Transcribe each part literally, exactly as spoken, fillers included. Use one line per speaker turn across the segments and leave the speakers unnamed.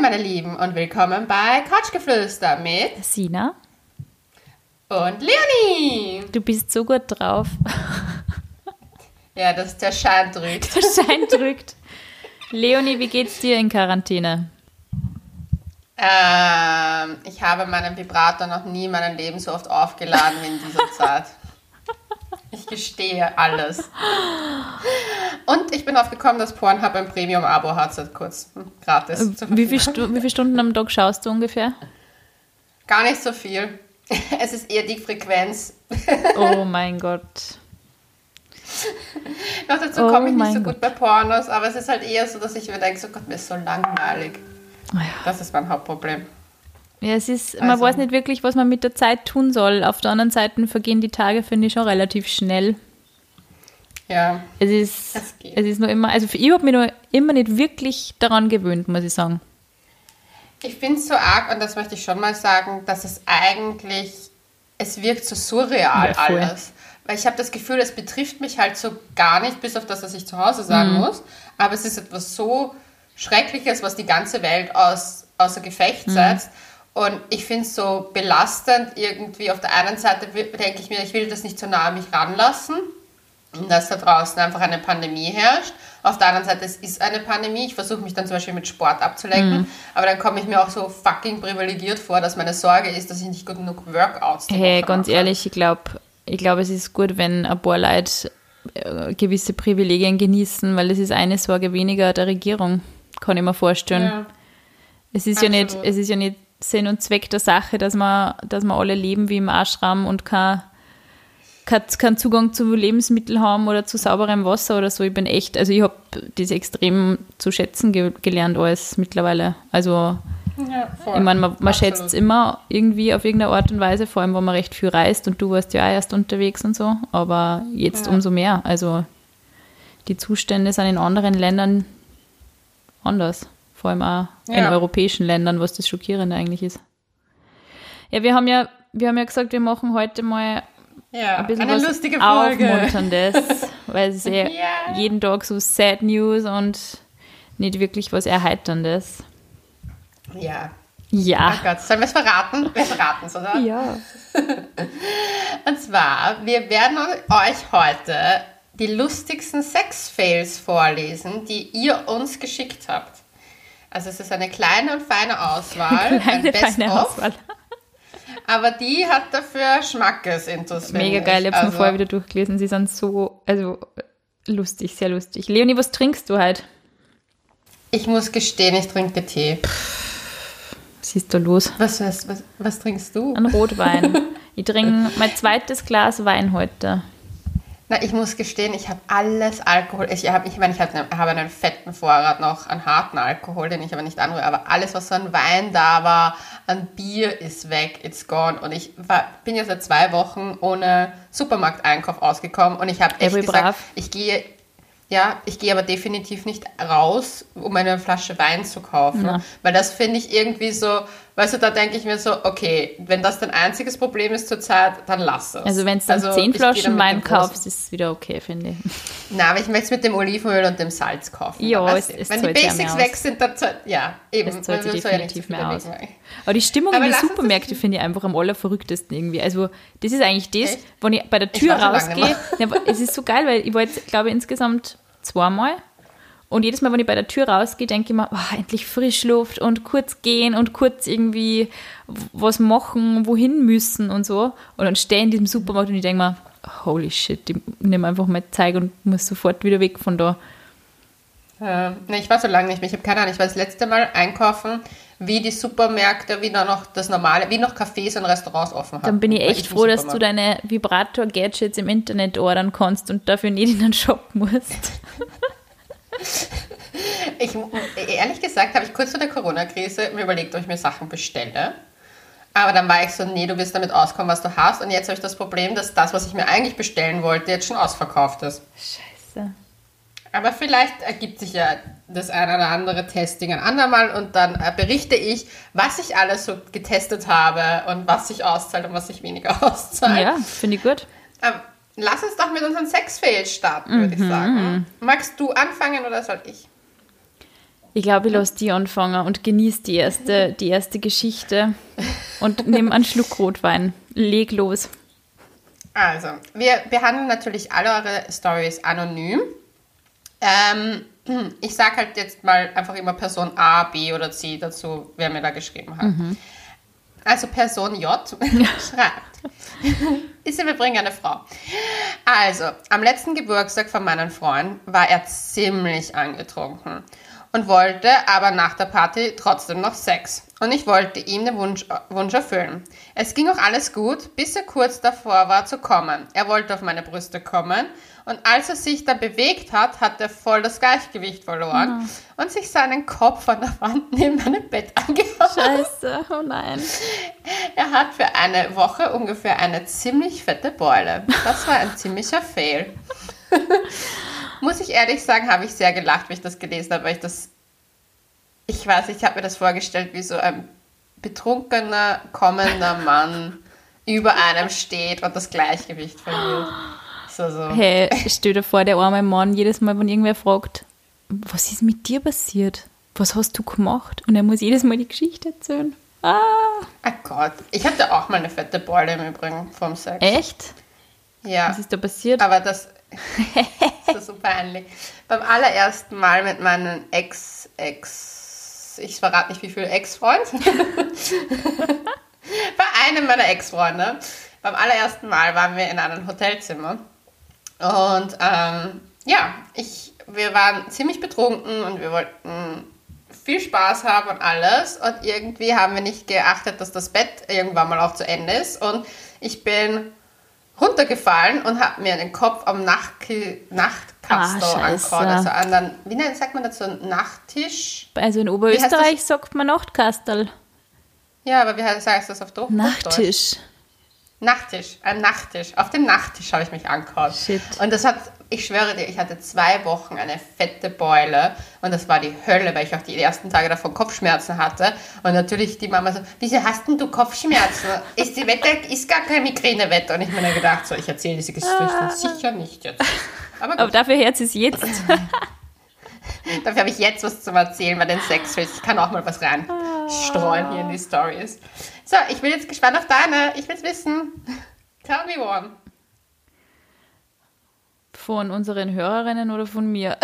meine Lieben, und willkommen bei Couchgeflüster mit
Sina
und Leonie.
Du bist so gut drauf.
Ja, das der Schein drückt.
Der Schein drückt. Leonie, wie geht's dir in Quarantäne?
Ähm, ich habe meinen Vibrator noch nie in meinem Leben so oft aufgeladen wie in dieser Zeit. Ich gestehe alles. Und ich bin drauf gekommen, dass Pornhub ein Premium-Abo hat, seit kurz hm, gratis.
Wie, viel Stu- wie viele Stunden am Tag schaust du ungefähr?
Gar nicht so viel. Es ist eher die Frequenz.
Oh mein Gott.
Noch dazu
Oh
komme ich nicht so
mein
gut bei Pornos, aber es ist halt eher so, dass ich mir denke, so Gott, mir ist so langweilig.
Ja.
Das ist mein Hauptproblem.
Ja, es ist, man
Also-
weiß nicht wirklich, was man mit der Zeit tun soll. Auf der anderen Seite vergehen die Tage, finde ich, schon relativ schnell.
Ja,
Es ist,
Es geht.
es ist nur immer, also ich habe mich noch immer nicht wirklich daran gewöhnt, muss ich sagen.
ich finde es so arg, und das möchte ich schon mal sagen, dass es eigentlich, es wirkt so surreal
Ja, voll.
alles. Weil ich habe das Gefühl, es betrifft mich halt so gar nicht, bis auf das, was ich zu Hause sagen
Mhm.
muss. Aber es ist etwas so Schreckliches, was die ganze Welt aus, außer Gefecht
Mhm.
setzt. Und ich finde es so belastend irgendwie. Auf der einen Seite denke ich mir, ich will das nicht so nah an mich ranlassen, dass da draußen einfach eine Pandemie herrscht. Auf der anderen Seite, es ist eine Pandemie. Ich versuche mich dann zum Beispiel mit Sport abzulenken.
Mhm.
Aber dann komme ich mir auch so fucking privilegiert vor, dass meine Sorge ist, dass ich nicht gut genug Workouts die
Hey,
Woche
ganz
mache.
ehrlich, ich glaube, ich glaub, es ist gut, wenn ein paar Leute äh, gewisse Privilegien genießen, weil das ist eine Sorge weniger der Regierung, kann ich mir vorstellen.
Ja.
Es ist ja nicht,
absolut.
es ist ja nicht Sinn und Zweck der Sache, dass wir, dass wir alle leben wie im Ashram und kein, kein, keinen Zugang zu Lebensmitteln haben oder zu sauberem Wasser oder so. Ich bin echt, also ich habe das extrem zu schätzen ge- gelernt alles mittlerweile. Also
Ja, voll.
ich meine, man, man
Absolut.
schätzt es immer irgendwie auf irgendeine Art und Weise, vor allem, wenn man recht viel reist und du warst ja auch erst unterwegs und so, aber jetzt
Ja.
umso mehr. Also die Zustände sind in anderen Ländern anders, vor allem auch in
Ja.
europäischen Ländern, was das Schockierende eigentlich ist. Ja, wir haben ja, wir haben ja gesagt, wir machen heute mal
Ja,
ein bisschen
eine
was
lustige Folge.
Aufmunterndes, weil es ist ja
Ja.
jeden Tag so Sad News und nicht wirklich was Erheiterndes.
Ja.
Ja.
Ach Gott, sollen wir es verraten? Wir verraten es, oder?
Ja.
Und zwar, wir werden euch heute die lustigsten Sex-Fails vorlesen, die ihr uns geschickt habt. Also es ist eine kleine und feine Auswahl,
Kleine,
ein Best-of,
feine Auswahl.
aber die hat dafür Schmackes intus.
Mega geil, ich habe es
also,
mir vorher wieder durchgelesen. Sie sind so, also lustig, sehr lustig. Leonie, was trinkst du heute?
Ich muss gestehen, ich trinke Tee.
Was ist da los?
Was, was, was, was trinkst du?
Ein Rotwein. Ich trinke mein zweites Glas Wein heute.
Na, ich muss gestehen, ich habe alles Alkohol. Ich, hab, ich meine, ich habe einen, habe einen fetten Vorrat noch an harten Alkohol, den ich aber nicht anrühre. Aber alles, was so an Wein da war, an Bier, ist weg. It's gone. Und ich war, bin ja seit zwei Wochen ohne Supermarkteinkauf ausgekommen. Und ich habe echt
Ey, wie
gesagt,
brav.
ich gehe... Ja, ich gehe aber definitiv nicht raus, um eine Flasche Wein zu kaufen.
Ja.
Weil das finde ich irgendwie so, weißt du, da denke ich mir so, okay, wenn das dein einziges Problem ist zurzeit, dann lass es.
Also wenn du dann zehn
ich gehe
Flaschen
dann mit
Wein
dem großen-
kaufst, ist es wieder okay, finde ich.
Na, aber ich möchte es mit dem Olivenöl und dem Salz kaufen.
Ja,
Weißt
es-
du,
es
wenn die
zahlt ja
Basics
mehr
weg sind, dann zahlt, ja, eben.
Es zahlt
man
sich
soll ja nicht
definitiv
zu viel
mehr aus.
überlegen.
Aber die Stimmung
Aber
in den
lass uns das-
Supermärkten finde ich einfach am allerverrücktesten irgendwie. Also das ist eigentlich das,
Echt?
wenn ich bei der
Ich
Tür
war schon lange
rausgehe. Ja, aber es ist so geil, weil ich war jetzt, glaube ich, insgesamt zweimal. Und jedes Mal, wenn ich bei der Tür rausgehe, denke ich mir, oh, endlich Frischluft und kurz gehen und kurz irgendwie was machen, wohin müssen und so. Und dann stehe ich in diesem Supermarkt und ich denke mir, holy shit, ich nehme einfach mal Zeug und muss sofort wieder weg von da.
Äh, nee, ich war so lange nicht mehr. Ich habe keine Ahnung. Ich war das letzte Mal einkaufen, wie die Supermärkte, wie noch das normale, wie noch Cafés und Restaurants offen haben.
Dann bin ich
War
echt
im
froh, dass du
Supermarkt.
deine Vibrator-Gadgets im Internet ordern kannst und dafür nicht in einen Shop musst.
Ich, ehrlich gesagt habe ich kurz vor der Corona-Krise mir überlegt, ob ich mir Sachen bestelle. Aber dann war ich so, nee, du wirst damit auskommen, was du hast. Und jetzt habe ich das Problem, dass das, was ich mir eigentlich bestellen wollte, jetzt schon ausverkauft ist.
Scheiße.
Aber vielleicht ergibt sich ja das eine oder andere Testing ein andermal und dann äh, berichte ich, was ich alles so getestet habe und was sich auszahlt und was sich weniger auszahlt.
Ja, finde ich gut.
Ähm, lass uns doch mit unseren Sex-Fails starten, würde ich sagen. Magst du anfangen oder soll ich?
Ich glaube, ich lasse die anfangen und genieße die erste, die erste Geschichte und nehme einen Schluck Rotwein. Leg los.
Also, wir behandeln natürlich alle eure Stories anonym. Ähm, ich sage halt jetzt mal einfach immer Person A, B oder C dazu, wer mir da geschrieben hat. Mhm. Also Person J schreibt. Ist im Übrigen eine Frau. Also, am letzten Geburtstag von meinem Freund war er ziemlich angetrunken und wollte aber nach der Party trotzdem noch Sex. Und ich wollte ihm den Wunsch, Wunsch erfüllen. Es ging auch alles gut, bis er kurz davor war zu kommen. Er wollte auf meine Brüste kommen und als er sich dann bewegt hat, hat er voll das Gleichgewicht verloren mhm. und sich seinen Kopf an der Wand neben meinem Bett angehauen.
Scheiße, oh nein.
Er hat für eine Woche ungefähr eine ziemlich fette Beule. Das war ein ziemlicher Fail. Muss ich ehrlich sagen, habe ich sehr gelacht, wie ich das gelesen habe, weil ich das, ich weiß, ich habe mir das vorgestellt, wie so ein betrunkener, kommender Mann über einem steht und das Gleichgewicht verliert. So, so.
Hey, stell dir vor, der arme Mann, jedes Mal, wenn irgendwer fragt, was ist mit dir passiert? Was hast du gemacht? Und er muss jedes Mal die Geschichte erzählen. Ah.
Ach Gott, ich hatte auch mal eine fette Beule im Übrigen vom Sex.
Echt?
Ja.
Was ist da passiert?
Aber das ist so peinlich. Beim allerersten Mal mit meinem Ex, Ex, ich verrate nicht wie viel Ex-Freund. Bei einem meiner Ex-Freunde. Beim allerersten Mal waren wir in einem Hotelzimmer. Und ähm, ja, ich, wir waren ziemlich betrunken und wir wollten viel Spaß haben und alles. Und irgendwie haben wir nicht geachtet, dass das Bett irgendwann mal auch zu Ende ist. Und ich bin runtergefallen und habe mir den Kopf am Nachtki- Nachtkastel
ah,
angehauen. Also an den, wie nennt, sagt man dazu, Nachttisch?
Also in Oberösterreich sagt man Nachtkastel.
Ja, aber wie heißt das auf Deutsch?
Nachttisch.
Nachttisch, ein Nachttisch. Auf dem Nachttisch habe ich mich angehauen.
Shit.
Und das hat, ich schwöre dir, ich hatte zwei Wochen eine fette Beule und das war die Hölle, weil ich auch die ersten Tage davon Kopfschmerzen hatte. Und natürlich die Mama so, wieso hast denn du Kopfschmerzen? Ist die Wetter, ist gar kein Migränewetter. Und ich mir dann gedacht, so, ich erzähle diese Geschichte ah. sicher nicht jetzt. Aber, gut.
Aber dafür hört es jetzt.
Dafür habe ich jetzt was zum Erzählen bei den Sexfilms. Ich kann auch mal was reinstreuen hier in die Stories. So, ich bin jetzt gespannt auf deine. Ich will es wissen. Tell me one.
Von unseren Hörerinnen oder von mir?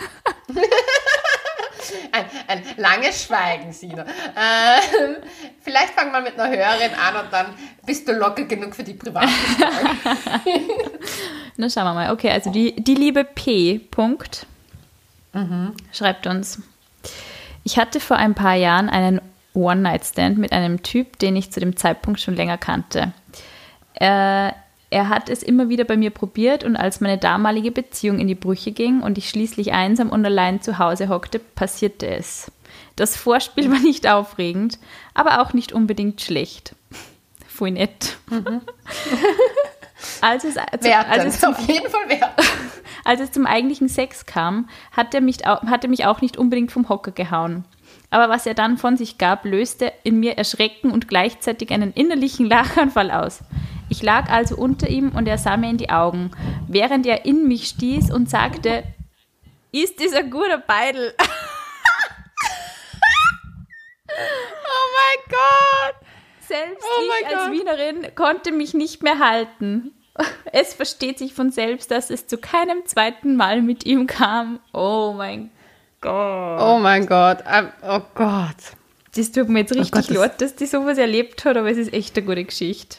ein, ein langes Schweigen, Sina. Ähm, vielleicht fangen wir mit einer Hörerin an und dann bist du locker genug für die privaten Fragen.
Na, schauen wir mal. Okay, also die, die liebe P. Punkt. Mhm. Schreibt uns. Ich hatte vor ein paar Jahren einen One-Night-Stand mit einem Typ, den ich zu dem Zeitpunkt schon länger kannte. Er, er hat es immer wieder bei mir probiert und als meine damalige Beziehung in die Brüche ging und ich schließlich einsam und allein zu Hause hockte, passierte es. Das Vorspiel war nicht aufregend, aber auch nicht unbedingt schlecht. Voll nett. Mhm. Als es, also, als es zum,
auf jeden Fall wert.
Als es zum eigentlichen Sex kam, hat er mich, hat er mich auch nicht unbedingt vom Hocker gehauen. Aber was er dann von sich gab, löste in mir Erschrecken und gleichzeitig einen innerlichen Lachanfall aus. Ich lag also unter ihm und er sah mir in die Augen, während er in mich stieß und sagte, ist dieser guter Beidel.
Oh mein Gott!
Selbst oh ich als Gott. Wienerin konnte mich nicht mehr halten. Es versteht sich von selbst, dass es zu keinem zweiten Mal mit ihm kam. Oh mein Gott.
Oh mein Gott. Oh Gott.
Das tut mir jetzt richtig oh Gott, leid, dass die sowas erlebt hat, aber es ist echt eine gute Geschichte.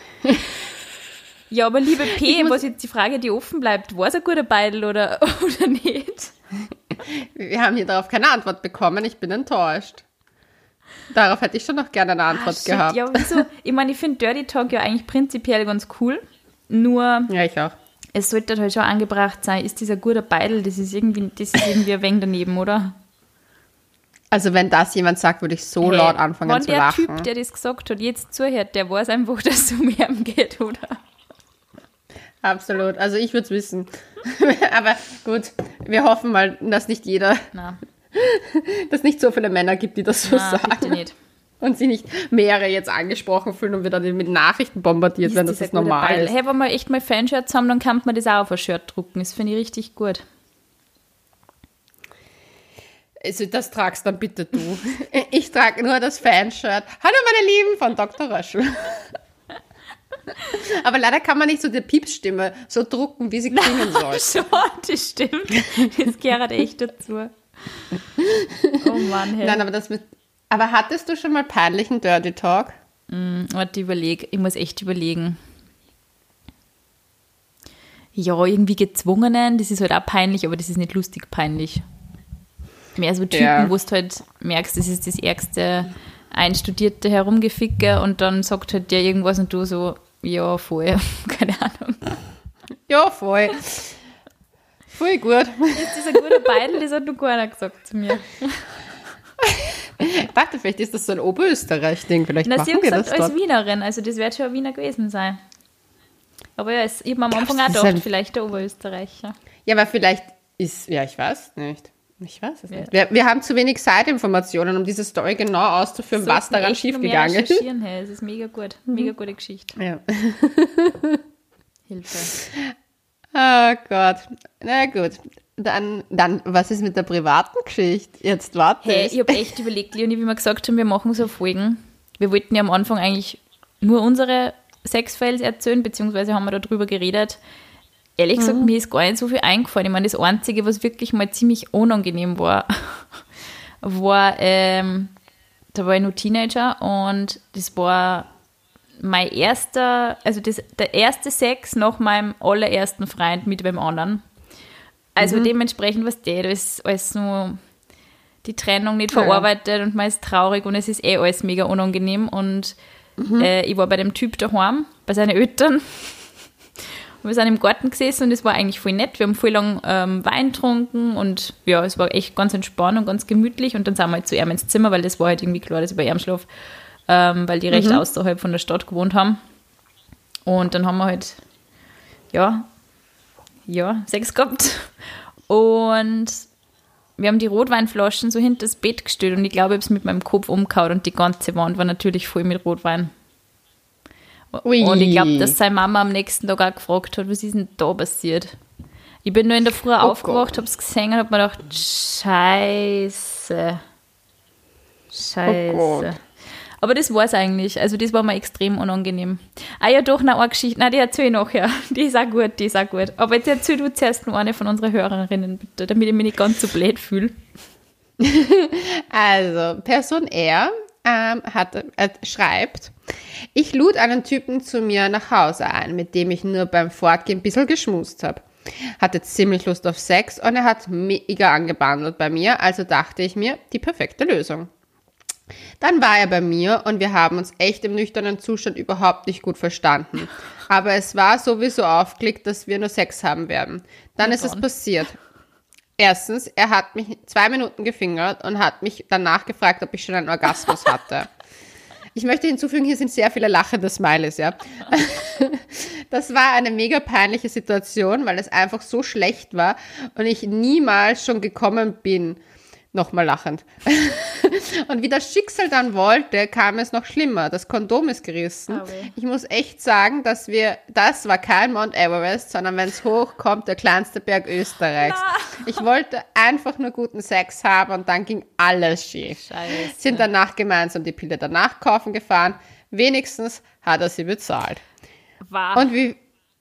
Ja, aber liebe P, was jetzt die Frage, die offen bleibt, war es ein guter Beidel oder, oder nicht?
Wir haben hier darauf keine Antwort bekommen. Ich bin enttäuscht. Darauf hätte ich schon noch gerne eine Antwort ah, gehabt.
Ja, wieso? Ich meine, ich finde Dirty Talk ja eigentlich prinzipiell ganz cool. Nur,
ja, ich auch.
Es sollte halt schon angebracht sein, ist dieser guter Beidel, das ist irgendwie, das ist irgendwie ein wenig daneben, oder?
Also wenn das jemand sagt, würde ich so hey, laut anfangen zu lachen.
Wenn der Typ, der das gesagt hat, jetzt zuhört, der weiß einfach, dass es um ihn geht, oder?
Absolut, also ich würde es wissen. Aber gut, wir hoffen mal, dass nicht jeder,
Nein.
dass nicht so viele Männer gibt, die das so
Nein,
sagen.
Bitte nicht.
Und sie nicht mehrere jetzt angesprochen fühlen und wir dann mit Nachrichten bombardiert werden, dass das normal
Beidel.
ist.
Hey, wenn wir echt mal Fanshirts haben, dann kann man das auch auf ein Shirt drucken. Das finde ich richtig gut.
Also das tragst dann bitte du. Ich trage nur das Fanshirt. Hallo meine Lieben von Doktor Röschel. Aber leider kann man nicht so die Piepsstimme so drucken, wie sie klingen soll.
Schon, das stimmt. Das gehört echt dazu. Oh Mann, hey.
Nein, aber das mit. Aber hattest du schon mal peinlichen Dirty Talk?
Mm, warte, überleg. Ich muss echt überlegen. Ja, irgendwie gezwungenen, das ist halt auch peinlich, aber das ist nicht lustig peinlich. Mehr so Typen, ja. Wo du halt merkst, das ist das ärgste einstudierte Herumgeficke und dann sagt halt der irgendwas und du so, ja, voll, keine Ahnung.
Ja, voll. Voll gut.
Jetzt ist ein guter Beidel, das hat noch keiner gesagt zu mir.
Ich dachte, vielleicht ist das so ein Oberösterreich-Ding. Vielleicht
Na,
machen
sie hat
wir
gesagt,
das dort.
Als Wienerin, also das wird schon ein Wiener gewesen sein. Aber ja, es, ich habe am Anfang
Glaubst,
auch gedacht,
ein...
vielleicht der Oberösterreicher.
Ja, aber vielleicht ist, ja, ich weiß nicht. Ich weiß es ja. nicht. Wir, wir haben zu wenig Zeitinformationen, um diese Story genau auszuführen, so, was daran schiefgegangen ist.
Hey. Es ist mega gut. Mega gute Geschichte.
Ja.
Hilfe.
Oh Gott. Na gut. Dann, dann, was ist mit der privaten Geschichte? Jetzt warte
hey,
ich.
Ich habe echt überlegt, Leonie, wie wir gesagt haben, wir machen so Folgen. Wir wollten ja am Anfang eigentlich nur unsere Sexfiles erzählen, beziehungsweise haben wir darüber geredet. Ehrlich gesagt, mhm. mir ist gar nicht so viel eingefallen. Ich meine, das Einzige, was wirklich mal ziemlich unangenehm war, war, ähm, da war ich noch Teenager und das war mein erster, also das, der erste Sex nach meinem allerersten Freund mit wem anderen. Also mhm. dementsprechend, was der, da ist alles nur die Trennung nicht verarbeitet ja. und man ist traurig und es ist eh alles mega unangenehm und mhm. äh, ich war bei dem Typ daheim, bei seinen Eltern. Und wir sind im Garten gesessen und es war eigentlich voll nett. Wir haben voll lang ähm, Wein getrunken und ja, es war echt ganz entspannt und ganz gemütlich. Und dann sind wir halt zu ihm ins Zimmer, weil das war halt irgendwie klar, dass ich bei ihm schlafe, ähm, weil die recht mhm. außerhalb von der Stadt gewohnt haben. Und dann haben wir halt, ja, ja, Sex gehabt. Und wir haben die Rotweinflaschen so hinter das Bett gestellt und ich glaube, ich habe es mit meinem Kopf umgehauen und die ganze Wand war natürlich voll mit Rotwein. Ui. Und ich glaube, dass seine Mama am nächsten Tag auch gefragt hat, was ist denn da passiert. Ich bin nur in der Früh oh aufgewacht, habe es gesehen und habe mir gedacht, scheiße. Scheiße. Oh aber das war es eigentlich. Also das war mir extrem unangenehm. Ah ja doch, noch eine Geschichte. Nein, die erzähle ich nachher. Die ist auch gut, die ist auch gut. Aber jetzt erzähl du zuerst noch eine von unseren Hörerinnen, bitte, damit ich mich nicht ganz so blöd fühle.
Also, Person R ähm, hat, äh, schreibt, ich lud einen Typen zu mir nach Hause ein, mit dem ich nur beim Fortgehen ein bisschen geschmust habe. Hatte ziemlich Lust auf Sex und er hat mega angebandelt bei mir, also dachte ich mir, die perfekte Lösung. Dann war er bei mir und wir haben uns echt im nüchternen Zustand überhaupt nicht gut verstanden. Aber es war sowieso aufgelegt, dass wir nur Sex haben werden. Dann ist es passiert. Erstens, er hat mich zwei Minuten gefingert und hat mich danach gefragt, ob ich schon einen Orgasmus hatte. Ich möchte hinzufügen, hier sind sehr viele lachende Smileys, ja. Das war eine mega peinliche Situation, weil es einfach so schlecht war und ich niemals schon gekommen bin. Nochmal lachend. Und wie das Schicksal dann wollte, kam es noch schlimmer. Das Kondom ist gerissen. Okay. Ich muss echt sagen, dass wir, das war kein Mount Everest, sondern wenn es hochkommt, der kleinste Berg Österreichs. Na. Ich wollte einfach nur guten Sex haben und dann ging alles schief. Scheiße. Sind danach gemeinsam die Pille danach kaufen gefahren. Wenigstens hat er sie bezahlt.
Wow.
Und wie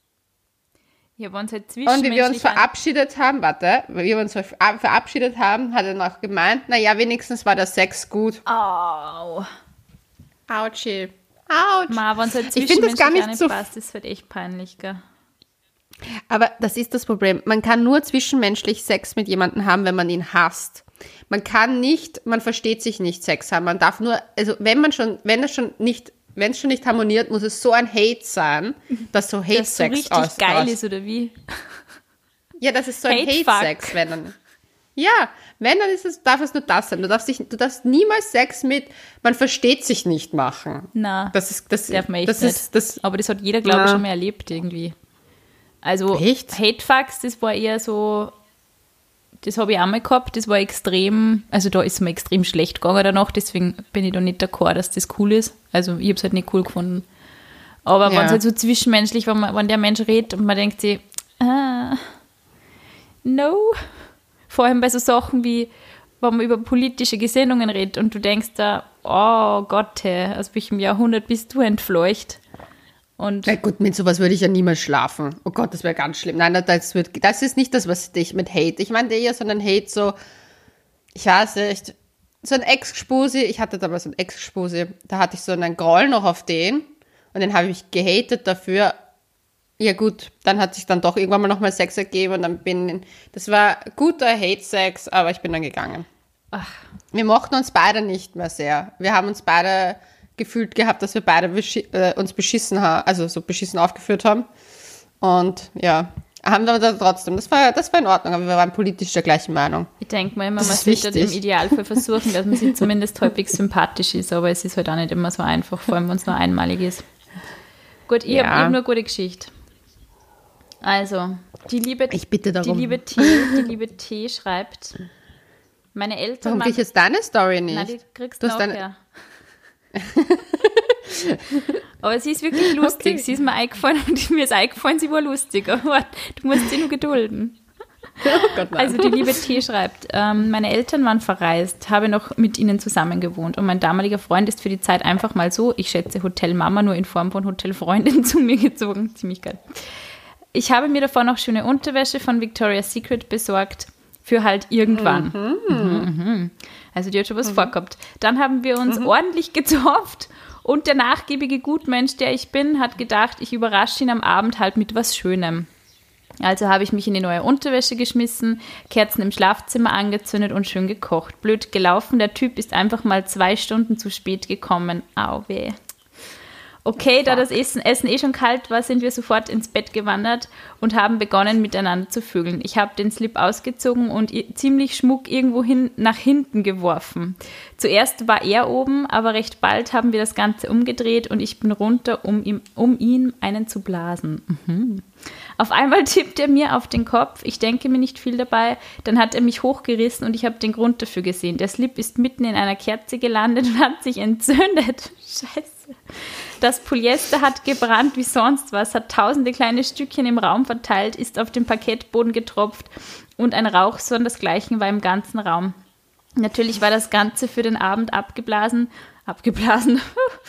Ja, halt
und wie wir uns verabschiedet haben, warte, wie wir uns verabschiedet haben, hat er noch gemeint, naja, wenigstens war der Sex gut.
Au.
Autschi. Autsch.
Ma, wenn es halt
ich finde das gar nicht so
passt, ist halt echt peinlich, gell?
Aber das ist das Problem. Man kann nur zwischenmenschlich Sex mit jemandem haben, wenn man ihn hasst. Man kann nicht, man versteht sich nicht Sex haben. Man darf nur, also wenn man schon, wenn das schon nicht Wenn es schon nicht harmoniert, muss es so ein Hate sein, dass so Hate-Sex
so richtig geil ist, oder wie?
Ja, das ist so ein Hate-Sex, wenn dann. Ja, wenn, dann ist es, darf es nur das sein. Du darfst, dich, du darfst niemals Sex mit, man versteht sich nicht machen.
Nein,
das ist, das,
darf man echt
das
nicht.
Ist, das,
aber das hat jeder, glaube ich, schon mal erlebt irgendwie. Also Hate-Fucks, das war eher so, das habe ich auch mal gehabt, das war extrem, also da ist mir extrem schlecht gegangen danach, deswegen bin ich da nicht d'accord, dass das cool ist. Also ich habe es halt nicht cool gefunden. Aber ja. Wenn es halt so zwischenmenschlich, wenn, man, wenn der Mensch redet und man denkt sich, ah, no. Vor allem bei so Sachen wie, wenn man über politische Gesinnungen redet und du denkst da, oh Gott, hey, aus welchem Jahrhundert bist du entfleucht? Und
na gut, mit sowas würde ich ja niemals schlafen. Oh Gott, das wäre ganz schlimm. Nein, das, wird, das ist nicht das, was ich mit Hate. Ich meine eher so einen Hate so, ich weiß nicht, so ein Ex-Spusi, ich hatte damals so einen Ex-Spusi, da hatte ich so einen Groll noch auf den und den habe ich gehatet dafür. Ja gut, dann hat sich dann doch irgendwann mal nochmal Sex ergeben und dann bin, das war guter Hate-Sex, aber ich bin dann gegangen. Ach. Wir mochten uns beide nicht mehr sehr. Wir haben uns beide gefühlt gehabt, dass wir beide beschi- äh, uns beschissen haben, also so beschissen aufgeführt haben. Und ja, haben wir dann trotzdem, das war, das war in Ordnung, aber wir waren politisch der gleichen Meinung.
Ich denke mal immer, man sollte im Idealfall versuchen, dass man sich zumindest halbwegs sympathisch ist, aber es ist halt auch nicht immer so einfach, vor allem wenn es nur einmalig ist. Gut, ich ja. habe hab nur eine gute Geschichte. Also, die liebe,
ich bitte darum.
Die liebe T, die liebe T schreibt, meine Eltern...
Warum krieg ich jetzt deine Story nicht?
Nein, die kriegst
du
du nachher. Aber sie ist wirklich lustig. Okay. Sie ist mir eingefallen und mir ist eingefallen, sie war lustig. Aber du musst sie nur gedulden. Oh Gott, nein. Also die liebe T schreibt, ähm, meine Eltern waren verreist, habe noch mit ihnen zusammen gewohnt und mein damaliger Freund ist für die Zeit einfach mal so, ich schätze Hotel Mama, nur in Form von Hotel Freundin zu mir gezogen. Ziemlich geil. Ich habe mir davor noch schöne Unterwäsche von Victoria's Secret besorgt, für halt irgendwann. Mhm. Mhm, mhm. Also die hat schon was mhm. vorgehabt. Dann haben wir uns mhm. ordentlich gezopft und der nachgiebige Gutmensch, der ich bin, hat gedacht, ich überrasche ihn am Abend halt mit was Schönem. Also habe ich mich in die neue Unterwäsche geschmissen, Kerzen im Schlafzimmer angezündet und schön gekocht. Blöd gelaufen, der Typ ist einfach mal zwei Stunden zu spät gekommen. Au weh. Okay, da das Essen, Essen eh schon kalt war, sind wir sofort ins Bett gewandert und haben begonnen, miteinander zu vögeln. Ich habe den Slip ausgezogen und ziemlich schmuck irgendwo hin, nach hinten geworfen. Zuerst war er oben, aber recht bald haben wir das Ganze umgedreht und ich bin runter, um ihm, um ihm einen zu blasen. Mhm. Auf einmal tippt er mir auf den Kopf, ich denke mir nicht viel dabei, dann hat er mich hochgerissen und ich habe den Grund dafür gesehen. Der Slip ist mitten in einer Kerze gelandet und hat sich entzündet. Scheiße. Das Polyester hat gebrannt wie sonst was, hat tausende kleine Stückchen im Raum verteilt, ist auf den Parkettboden getropft und ein Rauch sondersgleichen war im ganzen Raum. Natürlich war das Ganze für den Abend abgeblasen. Abgeblasen.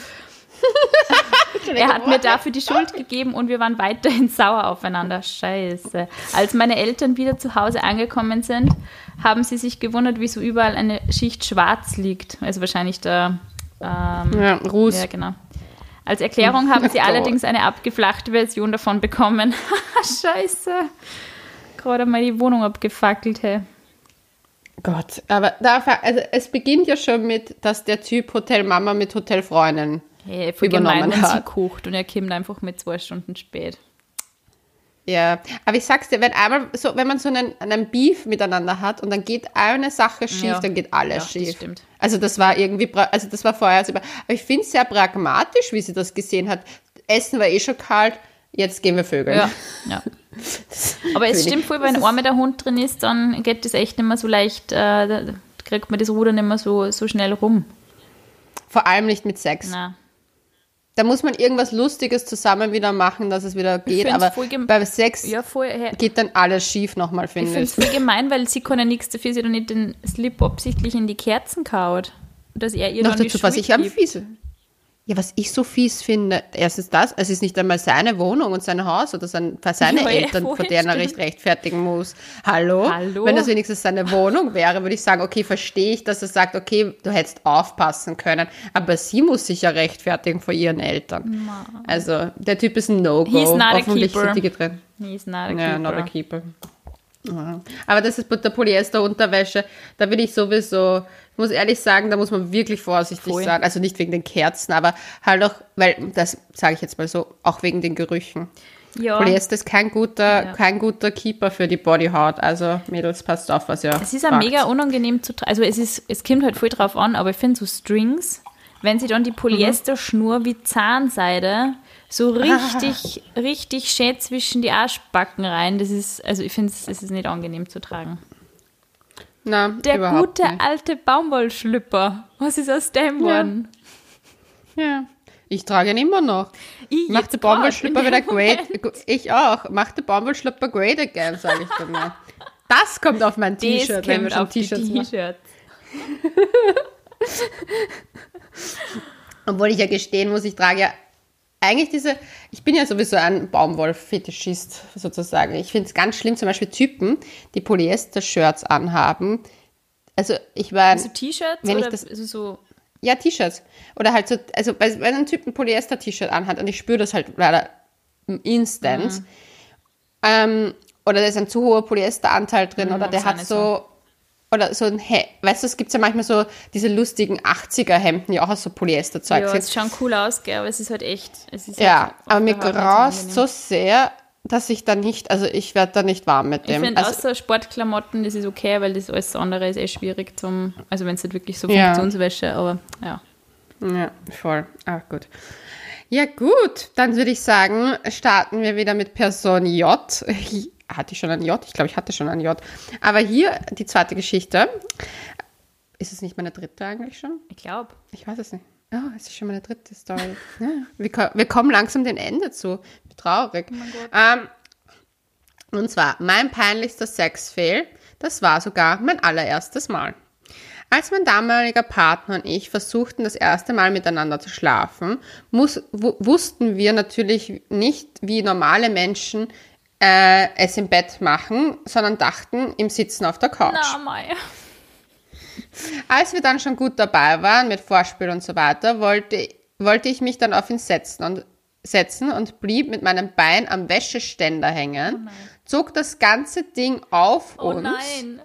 Er hat mir dafür die Schuld gegeben und wir waren weiterhin sauer aufeinander. Scheiße. Als meine Eltern wieder zu Hause angekommen sind, haben sie sich gewundert, wieso überall eine Schicht schwarz liegt. Also wahrscheinlich der ähm,
ja, Ruß.
Ja, genau. Als Erklärung haben sie allerdings eine abgeflachte Version davon bekommen. Scheiße. Gerade mal die Wohnung abgefackelt, hey.
Gott, aber da, also es beginnt ja schon mit, dass der Typ Hotel Mama mit Hotel Freundin
hey, voll übernommen gemein, hat. Sie kocht und er kommt einfach mit zwei Stunden spät.
Ja, aber ich sag's dir, wenn einmal so, wenn man so einen, einen Beef miteinander hat und dann geht eine Sache schief, ja. dann geht alles ja, schief. Das stimmt. Also das war irgendwie, also das war vorher, aber ich finde es sehr pragmatisch, wie sie das gesehen hat. Essen war eh schon kalt, jetzt gehen wir vögeln.
Ja, ja. Aber es stimmt voll, wenn einmal der Hund drin ist, dann geht das echt nicht mehr so leicht, äh, da kriegt man das Ruder nicht mehr so, so schnell rum.
Vor allem nicht mit Sex.
Na.
Da muss man irgendwas Lustiges zusammen wieder machen, dass es wieder geht, aber bei Sex
ja, voll, hey.
geht dann alles schief nochmal, finde ich.
Ich finde es voll gemein, weil sie kann ja nichts dafür, sie hat nicht den Slip absichtlich in die Kerzen kaut. Dass er ihr
noch
dann
dazu, was ich am fies. Ja, was ich so fies finde, erstens das, es ist nicht einmal seine Wohnung und sein Haus oder sein, seine ja, Eltern, ja, vor denen er recht rechtfertigen muss. Hallo?
Hallo?
Wenn das wenigstens seine Wohnung wäre, würde ich sagen, okay, verstehe ich, dass er sagt, okay, du hättest aufpassen können, aber sie muss sich ja rechtfertigen vor ihren Eltern. Ma. Also, der Typ ist ein No-Go.
He's not
Hoffentlich
a keeper.
Sind die getrennt.
He's not a keeper.
Ja, not a keeper. Ja. Aber das ist mit der Polyester-Unterwäsche, da bin ich sowieso, ich muss ehrlich sagen, da muss man wirklich vorsichtig Voll. sein, also nicht wegen den Kerzen, aber halt auch, weil, das sage ich jetzt mal so, auch wegen den Gerüchen. Ja. Polyester ist kein guter, ja. kein guter Keeper für die Bodyhaut, also Mädels, passt auf, was ihr
Es ist ja mega unangenehm zu tragen, also es ist, es kommt halt voll drauf an, aber ich finde so Strings, wenn sie dann die Polyesterschnur wie Zahnseide so richtig, ah. richtig schön zwischen die Arschbacken rein. Das ist, also ich finde, es ist nicht angenehm zu tragen.
Na,
Der gute nicht. alte Baumwollschlüpper. Was ist aus dem geworden?
Ja. ja. Ich trage ihn immer noch. Ich Mach den Baumwollschlüpper wieder great. Ich auch. Mach den Baumwollschlüpper great again, sage ich dann mal. Das kommt auf mein T-Shirt, wenn wir schon T-Shirts machen. Obwohl ich ja gestehen muss, ich trage ja eigentlich diese, ich bin ja sowieso ein Baumwoll-Fetischist sozusagen. Ich finde es ganz schlimm, zum Beispiel Typen, die Polyester-Shirts anhaben. Also ich war...
Also T-Shirts
wenn
oder
ich das,
also so...
Ja, T-Shirts. Oder halt so, also wenn ein Typ ein Polyester-T-Shirt anhat und ich spüre das halt leider instant, mhm. ähm, oder da ist ein zu hoher Polyesteranteil drin, mhm, oder der hat so, so, oder so ein, He- weißt du, es gibt ja manchmal so diese lustigen achtziger-Hemden, die auch aus so Polyesterzeug
ja,
sind.
es schaut cool aus, gell, aber es ist halt echt. Es ist
ja,
halt
aber mir graust so sehr, dass ich da nicht, also ich werde da nicht warm mit dem.
Ich finde,
also,
außer Sportklamotten, das ist okay, weil das alles andere ist eh schwierig zum, also wenn es halt wirklich so
Ja.
Funktionswäsche, aber ja.
Ja, voll. Ah, gut. Ja, gut. Dann würde ich sagen, starten wir wieder mit Person J. Hatte ich schon ein J? Ich glaube, ich hatte schon ein J. Aber hier die zweite Geschichte. Ist es nicht meine dritte eigentlich schon?
Ich glaube.
Ich weiß es nicht. Oh, es ist schon meine dritte Story. Ja, wir, ko- wir kommen langsam dem Ende zu. Wie traurig.
Oh mein Gott.
Ähm, und zwar, mein peinlichster Sexfail, das war sogar mein allererstes Mal. Als mein damaliger Partner und ich versuchten, das erste Mal miteinander zu schlafen, muss, w- wussten wir natürlich nicht, wie normale Menschen äh, es im Bett machen, sondern dachten im Sitzen auf der Couch.
Na, Mei.
Als wir dann schon gut dabei waren mit Vorspiel und so weiter, wollte, wollte ich mich dann auf ihn setzen und, setzen und blieb mit meinem Bein am Wäscheständer hängen,
Oh
zog das ganze Ding auf
Oh
uns.
nein.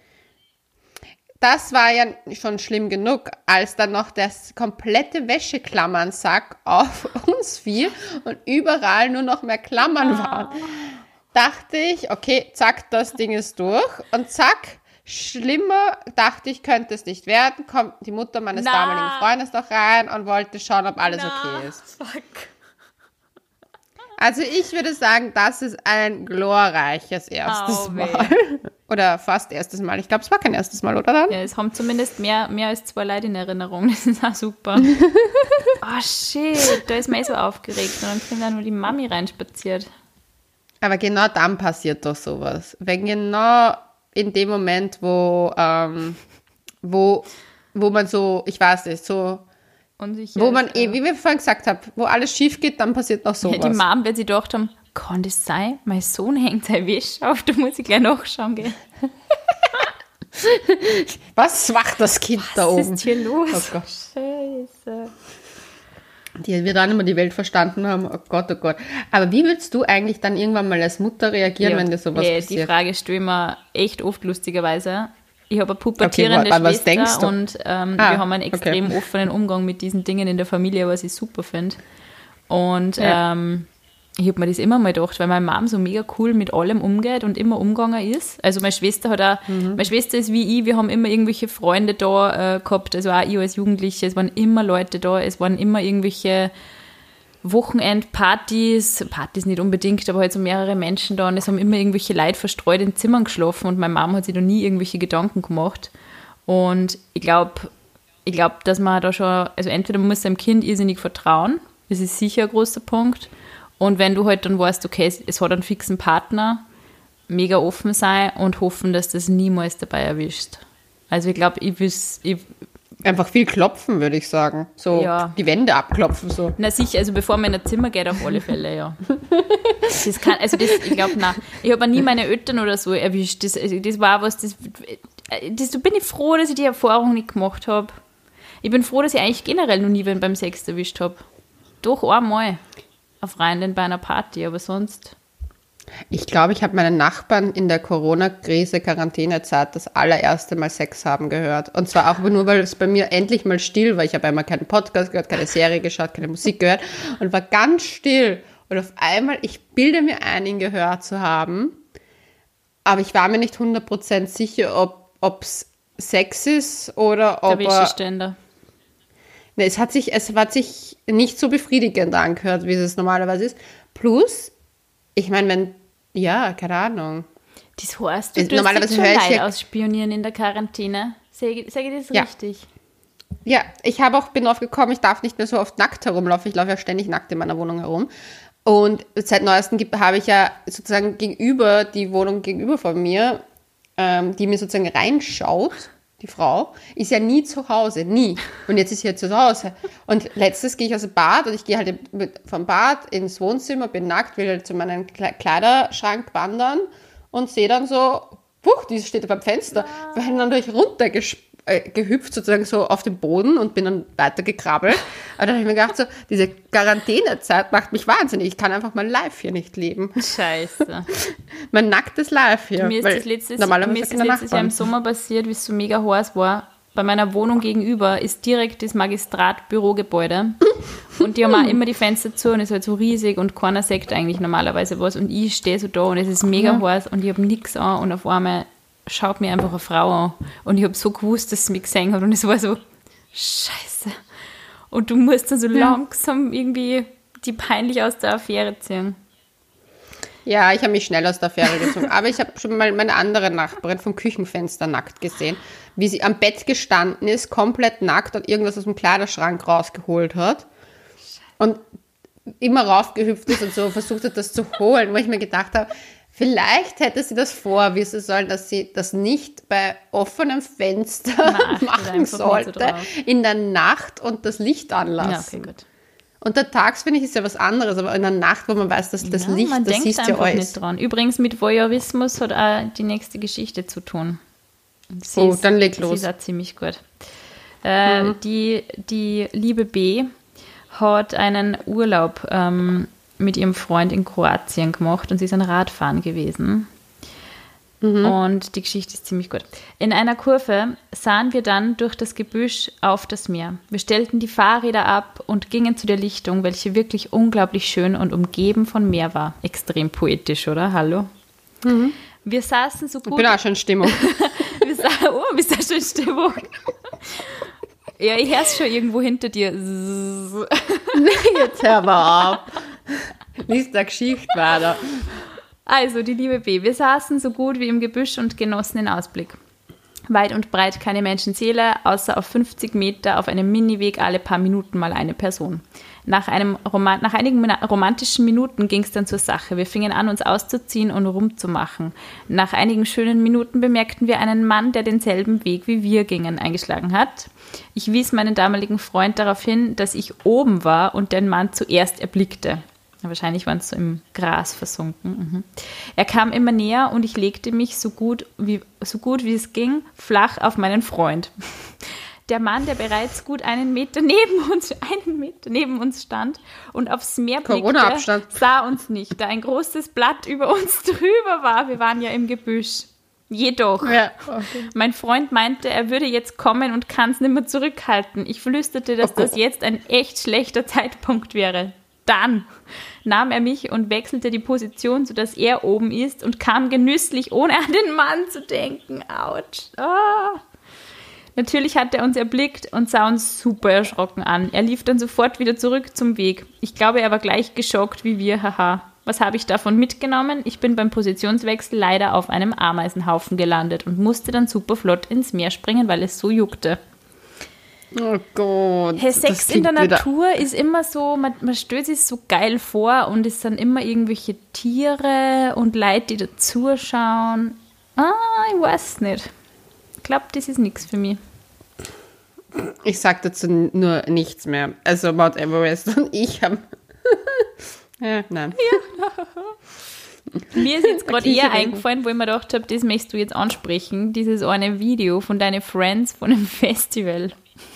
Das war ja schon schlimm genug, als dann noch das komplette Wäscheklammernsack auf uns fiel und überall nur noch mehr Klammern waren. Dachte ich, okay, zack, das Ding ist durch. Und zack, schlimmer, dachte ich, könnte es nicht werden. Kommt die Mutter meines
Na.
damaligen Freundes noch rein und wollte schauen, ob alles
Na,
okay ist.
Fuck.
Also ich würde sagen, das ist ein glorreiches erstes
Au weh.
Mal. Oder fast erstes Mal. Ich glaube, es war kein erstes Mal, oder dann?
Ja, es haben zumindest mehr, mehr als zwei Leute in Erinnerung. Das ist auch super. Oh shit, da ist man eh so aufgeregt. Und dann kommt da nur die Mami reinspaziert.
Aber genau dann passiert doch sowas. Wenn genau in dem Moment, wo, ähm, wo, wo man so, ich weiß nicht, so,
Unsicher
wo man,
ist,
eh, wie wir vorhin gesagt haben, wo alles schief geht, dann passiert noch sowas.
Ja, die Mom wird sich gedacht haben, kann das sein? Mein Sohn hängt seine Wäsche auf, da muss ich gleich nachschauen gehen.
Was macht das Kind da
Was
oben?
ist hier los?
Oh Gott.
Scheiße.
Die wir dann immer die Welt verstanden haben. Oh Gott, oh Gott. Aber wie würdest du eigentlich dann irgendwann mal als Mutter reagieren,
Ja,
wenn dir sowas
ja,
passiert?
die Frage stelle ich mir echt oft lustigerweise. Ich habe eine pubertierende
Okay, an was denkst
Schwester
du?
und ähm,
Ah,
wir haben einen extrem
okay.
offenen Umgang mit diesen Dingen in der Familie, was ich super finde. Und
Ja.
ähm, ich habe mir das immer mal gedacht, weil meine Mom so mega cool mit allem umgeht und immer umgegangen ist. Also meine Schwester hat auch,
Mhm.
meine Schwester ist wie ich, wir haben immer irgendwelche Freunde da äh, gehabt, also auch ich als Jugendliche, es waren immer Leute da, es waren immer irgendwelche Wochenendpartys, Partys nicht unbedingt, aber halt so mehrere Menschen da und es haben immer irgendwelche Leute verstreut in Zimmern geschlafen und meine Mom hat sich da nie irgendwelche Gedanken gemacht. Und ich glaube, ich glaube, dass man da schon, also entweder man muss seinem Kind irrsinnig vertrauen, das ist sicher ein großer Punkt. Und wenn du halt dann weißt, okay, es, es hat einen fixen Partner, mega offen sein und hoffen, dass das niemals dabei erwischt. Also ich glaube, ich wüs, ich
Einfach viel klopfen, würde ich sagen. So
Ja.
die Wände abklopfen. So.
Na sicher, also bevor man in ein Zimmer geht, auf alle Fälle, ja. Das kann, also das, ich glaube, nein. Ich habe auch nie meine Eltern oder so erwischt. Das, also das war was, das, das, da bin ich froh, dass ich die Erfahrung nicht gemacht habe. Ich bin froh, dass ich eigentlich generell noch nie wen beim Sex erwischt habe. Doch einmal. Auf Rheinland bei einer Party, aber sonst...
Ich glaube, ich habe meinen Nachbarn in der Corona-Krise, Quarantänezeit das allererste Mal Sex haben gehört. Und zwar auch nur, weil es bei mir endlich mal still war. Ich habe einmal keinen Podcast gehört, keine Serie geschaut, keine Musik gehört und war ganz still. Und auf einmal, ich bilde mir ein, ihn gehört zu haben, aber ich war mir nicht hundert Prozent sicher, ob es Sex ist oder ob
Der
er...
Wäscheständer.
Ne, es hat sich, es hat sich nicht so befriedigend angehört, wie es normalerweise ist. Plus, ich meine, wenn, ja, keine Ahnung.
Das heißt, du
Also
tust
normalerweise
schon
höre ich
Leute
ja-
ausspionieren in der Quarantäne. Sage sag ich das
Ja.
richtig?
Ja, ich habe auch, bin drauf gekommen, ich darf nicht mehr so oft nackt herumlaufen. Ich laufe ja ständig nackt in meiner Wohnung herum. Und seit neuestem gibt, habe ich ja sozusagen gegenüber, die Wohnung gegenüber von mir, ähm, die mir sozusagen reinschaut, die die Frau, ist ja nie zu Hause, nie. Und jetzt ist sie ja zu Hause. Und letztes gehe ich aus dem Bad und ich gehe halt vom Bad ins Wohnzimmer, bin nackt, will halt zu meinem Kleiderschrank wandern und sehe dann so, puch, die steht beim Fenster. Wir haben dann durch runtergehüpft, sozusagen so auf den Boden und bin dann weitergekrabbelt. Aber dann habe ich mir gedacht, so, diese Quarantänezeit macht mich wahnsinnig. Ich kann einfach mein Life hier nicht leben.
Scheiße.
Mein nacktes Life hier.
Mir ist das letztes, mir ist das letztes Jahr im Sommer passiert, wie es so mega heiß war. Bei meiner Wohnung gegenüber ist direkt das Magistrat-Bürogebäude. Und die haben auch immer die Fenster zu und es ist halt so riesig und keiner sagt eigentlich normalerweise was. Und ich stehe so da und es ist mega ja. heiß und ich habe nichts an und auf einmal schaut mir einfach eine Frau an. Und ich habe so gewusst, dass sie mich gesehen hat und es war so, scheiße. Und du musst dann so ja. langsam irgendwie die peinlich aus der Affäre ziehen.
Ja, ich habe mich schnell aus der Affäre gezogen. Aber ich habe schon mal meine andere Nachbarin vom Küchenfenster nackt gesehen, wie sie am Bett gestanden ist, komplett nackt und irgendwas aus dem Kleiderschrank rausgeholt hat. Und immer raufgehüpft ist und so versucht hat, das zu holen, wo ich mir gedacht habe, vielleicht hätte sie das vorwissen sollen, dass sie das nicht bei offenem Fenster Nein, machen sollte, so in der Nacht und das Licht anlassen. Ja, okay, gut. Untertags, finde ich, ist ja was anderes, aber in der Nacht, wo man weiß, dass das ja, Licht, man das siehst ja alles. Nicht dran.
Übrigens, mit Voyeurismus hat auch die nächste Geschichte zu tun. Sie
oh,
ist,
dann leg los.
Sie ist auch ziemlich gut. Äh, mhm. die, die liebe B hat einen Urlaub ähm, mit ihrem Freund in Kroatien gemacht und sie ist ein Radfahren gewesen. Mhm. Und die Geschichte ist ziemlich gut. In einer Kurve sahen wir dann durch das Gebüsch auf das Meer. Wir stellten die Fahrräder ab und gingen zu der Lichtung, welche wirklich unglaublich schön und umgeben von Meer war. Extrem poetisch, oder? Hallo? Mhm. Wir saßen so gut...
Ich bin auch schon in Stimmung.
wir sa- oh, bist du schon in Stimmung? Ja, ich höre es schon irgendwo hinter dir.
Jetzt hör mal auf. Lies der Geschichte weiter.
Also, die liebe B. Wir saßen so gut wie im Gebüsch und genossen den Ausblick. Weit und breit keine Menschenseele, außer auf fünfzig Meter auf einem Miniweg alle paar Minuten mal eine Person. Nach, einem Roman- nach einigen romantischen Minuten ging es dann zur Sache. Wir fingen an, uns auszuziehen und rumzumachen. Nach einigen schönen Minuten bemerkten wir einen Mann, der denselben Weg wie wir gingen, eingeschlagen hat. Ich wies meinen damaligen Freund darauf hin, dass ich oben war und den Mann zuerst erblickte. Wahrscheinlich waren es so im Gras versunken. Mhm. Er kam immer näher und ich legte mich so gut, wie, so gut wie es ging flach auf meinen Freund. Der Mann, der bereits gut einen Meter neben uns, einen Meter neben uns stand und aufs Meer blickte, sah uns nicht, da ein großes Blatt über uns drüber war. Wir waren ja im Gebüsch. Jedoch, ja, okay. Mein Freund meinte, er würde jetzt kommen und kann es nicht mehr zurückhalten. Ich flüsterte, dass oh das jetzt ein echt schlechter Zeitpunkt wäre. Dann nahm er mich und wechselte die Position, sodass er oben ist und kam genüsslich, ohne an den Mann zu denken. Autsch. Oh. Natürlich hat er uns erblickt und sah uns super erschrocken an. Er lief dann sofort wieder zurück zum Weg. Ich glaube, er war gleich geschockt wie wir, haha. Was habe ich davon mitgenommen? Ich bin beim Positionswechsel leider auf einem Ameisenhaufen gelandet und musste dann super flott ins Meer springen, weil es so juckte.
Oh Gott.
Hey, Sex in der Natur ist immer so, man, man stellt sich so geil vor und es sind immer irgendwelche Tiere und Leute, die da zuschauen. Ah, ich weiß nicht. Ich glaube, das ist nichts für mich.
Ich sage dazu nur nichts mehr. Also Mount Everest und ich haben... ja, nein.
Ja. Mir ist jetzt gerade eher eingefallen, wo ich mir gedacht habe, das möchtest du jetzt ansprechen, dieses eine Video von deinen Friends von einem Festival.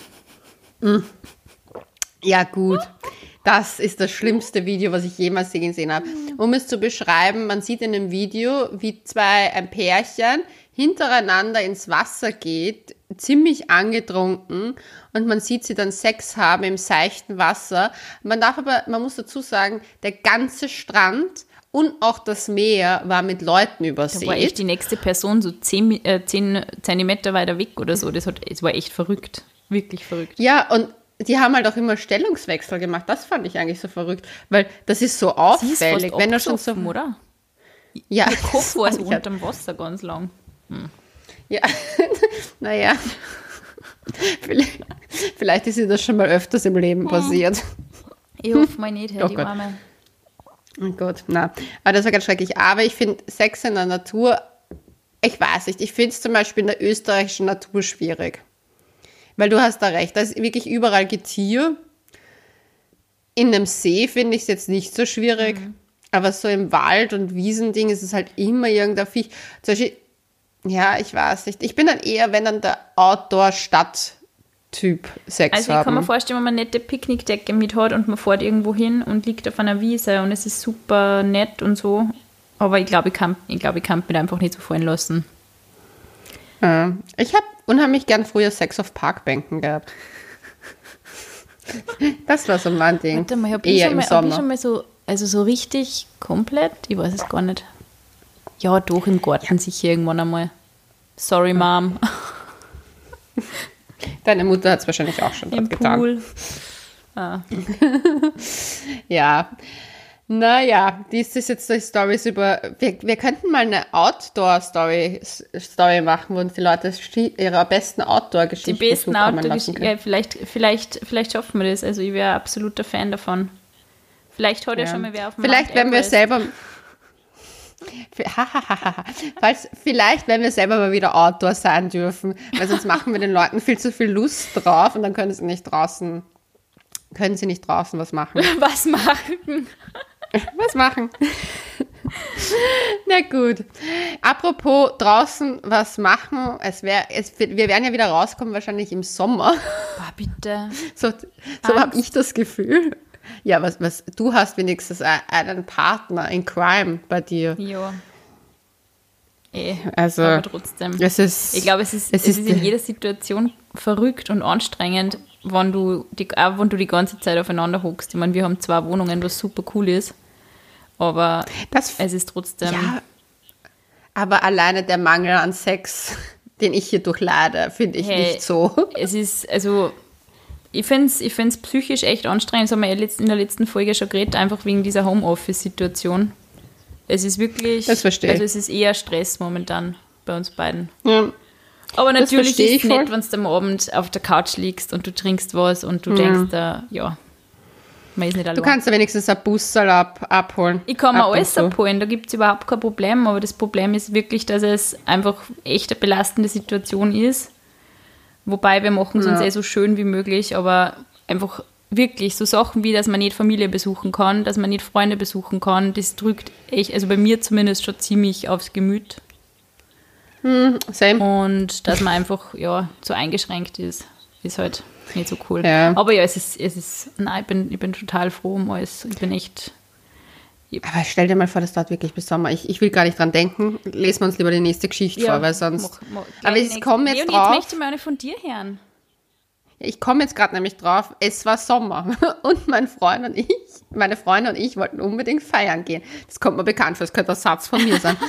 Ja gut, das ist das schlimmste Video, was ich jemals gesehen habe. Um es zu beschreiben, man sieht in dem Video, wie zwei, ein Pärchen hintereinander ins Wasser geht, ziemlich angetrunken und man sieht sie dann Sex haben im seichten Wasser. Man darf aber, man muss dazu sagen, der ganze Strand und auch das Meer war mit Leuten übersät.
Da war echt die nächste Person so zehn, äh, zehn Zentimeter weiter weg oder so. Das, hat, das war echt verrückt. Wirklich verrückt.
Ja, und die haben halt auch immer Stellungswechsel gemacht. Das fand ich eigentlich so verrückt, weil das ist so auffällig.
Ist
wenn er schon so,
oder?
Ja.
Der Kopf war so unterm Wasser ganz lang. Hm.
Ja, naja. vielleicht, vielleicht ist ihr das schon mal öfters im Leben passiert.
Ich hoffe mal nicht, Herr,
oh
die
Gott.
Arme.
Oh Gott, na. Aber das war ganz schrecklich. Aber ich finde Sex in der Natur ich weiß nicht, ich finde es zum Beispiel in der österreichischen Natur schwierig. Weil du hast da recht, da ist wirklich überall Getier. In einem See finde ich es jetzt nicht so schwierig, mhm. aber so im Wald und Wiesending ist es halt immer irgendein Viech. Zum Beispiel, ja, ich weiß nicht. Ich bin dann eher, wenn dann der Outdoor-Stadt-Typ Sex
Also ich
haben.
kann mir vorstellen, wenn man eine nette Picknickdecke mit hat und man fährt irgendwo hin und liegt auf einer Wiese und es ist super nett und so. Aber ich glaube, ich kann, ich glaube, ich kann mich einfach nicht so fallen lassen.
Ja. Ich habe unheimlich gern früher Sex auf Parkbänken gehabt. Das war so mein Ding.
Warte mal, habe ich, hab ich schon mal so, also so richtig komplett, ich weiß es gar nicht. Ja, doch, im Garten ja. sicher irgendwann einmal. Sorry, Mom.
Deine Mutter hat es wahrscheinlich auch schon
Im
dort getan.
Pool. Ah.
Ja. Naja, dies ist jetzt die Storys über, wir, wir könnten mal eine Outdoor-Story Story machen, wo uns die Leute ihre besten Outdoor-Geschichten
Die besten
Outdoor-Geschichten,
ja, vielleicht, vielleicht, vielleicht schaffen wir das. Also ich wäre absoluter Fan davon. Vielleicht hat ja schon mal wer auf dem
Vielleicht, wenn wir selber... Falls, vielleicht, wenn wir selber mal wieder Outdoor sein dürfen, weil sonst machen wir den Leuten viel zu viel Lust drauf und dann können sie nicht draußen, können sie nicht draußen was machen.
Was machen?
Was machen? Na gut. Apropos draußen was machen, es wär, es, wir werden ja wieder rauskommen, wahrscheinlich im Sommer.
Boah, bitte.
So, so habe ich das Gefühl. Ja, was, was du hast wenigstens einen Partner in Crime bei dir.
Ja. Eh,
also,
aber trotzdem.
Es ist,
ich glaube, es ist,
es
es ist
ist
in jeder Situation verrückt und anstrengend, wenn du die, auch wenn du die ganze Zeit aufeinander hockst. Ich meine, wir haben zwei Wohnungen, was super cool ist, aber das, es ist trotzdem...
Ja, aber alleine der Mangel an Sex, den ich hier durchleide, finde ich hey, nicht so.
Es ist, also... Ich finde es ich find's psychisch echt anstrengend, das haben wir in der letzten Folge schon geredet, einfach wegen dieser Homeoffice-Situation. Es ist wirklich,
das verstehe.
Also es ist eher Stress momentan bei uns beiden.
Ja,
aber natürlich ist es nett, wenn du am Abend auf der Couch liegst und du trinkst was und du ja. denkst, uh, ja, man ist nicht allein.
Du kannst ja wenigstens ein Bussal ab, abholen.
Ich kann mir alles abholen, da gibt es überhaupt kein Problem, aber das Problem ist wirklich, dass es einfach echt eine belastende Situation ist. Wobei wir machen es uns
ja.
eh so schön wie möglich, aber einfach wirklich so Sachen wie, dass man nicht Familie besuchen kann, dass man nicht Freunde besuchen kann, das drückt echt, also bei mir zumindest schon ziemlich aufs Gemüt.
Hm, same.
Und dass man einfach, ja, so eingeschränkt ist, ist halt nicht so cool.
Ja.
Aber ja, es ist, es ist, nein, ich bin, ich bin total froh um alles. Ich bin echt...
Aber stell dir mal vor, das dauert wirklich bis Sommer. Ich, ich will gar nicht dran denken. Lesen wir uns lieber die nächste Geschichte ja, vor, weil sonst... Mach, mach, aber ich komme jetzt
Leonie,
drauf...
jetzt möchte ich mal eine von dir hören.
Ich komme jetzt gerade nämlich drauf, es war Sommer und mein Freund und ich, meine Freunde und ich wollten unbedingt feiern gehen. Das kommt mir bekannt vor, das könnte ein Satz von mir sein.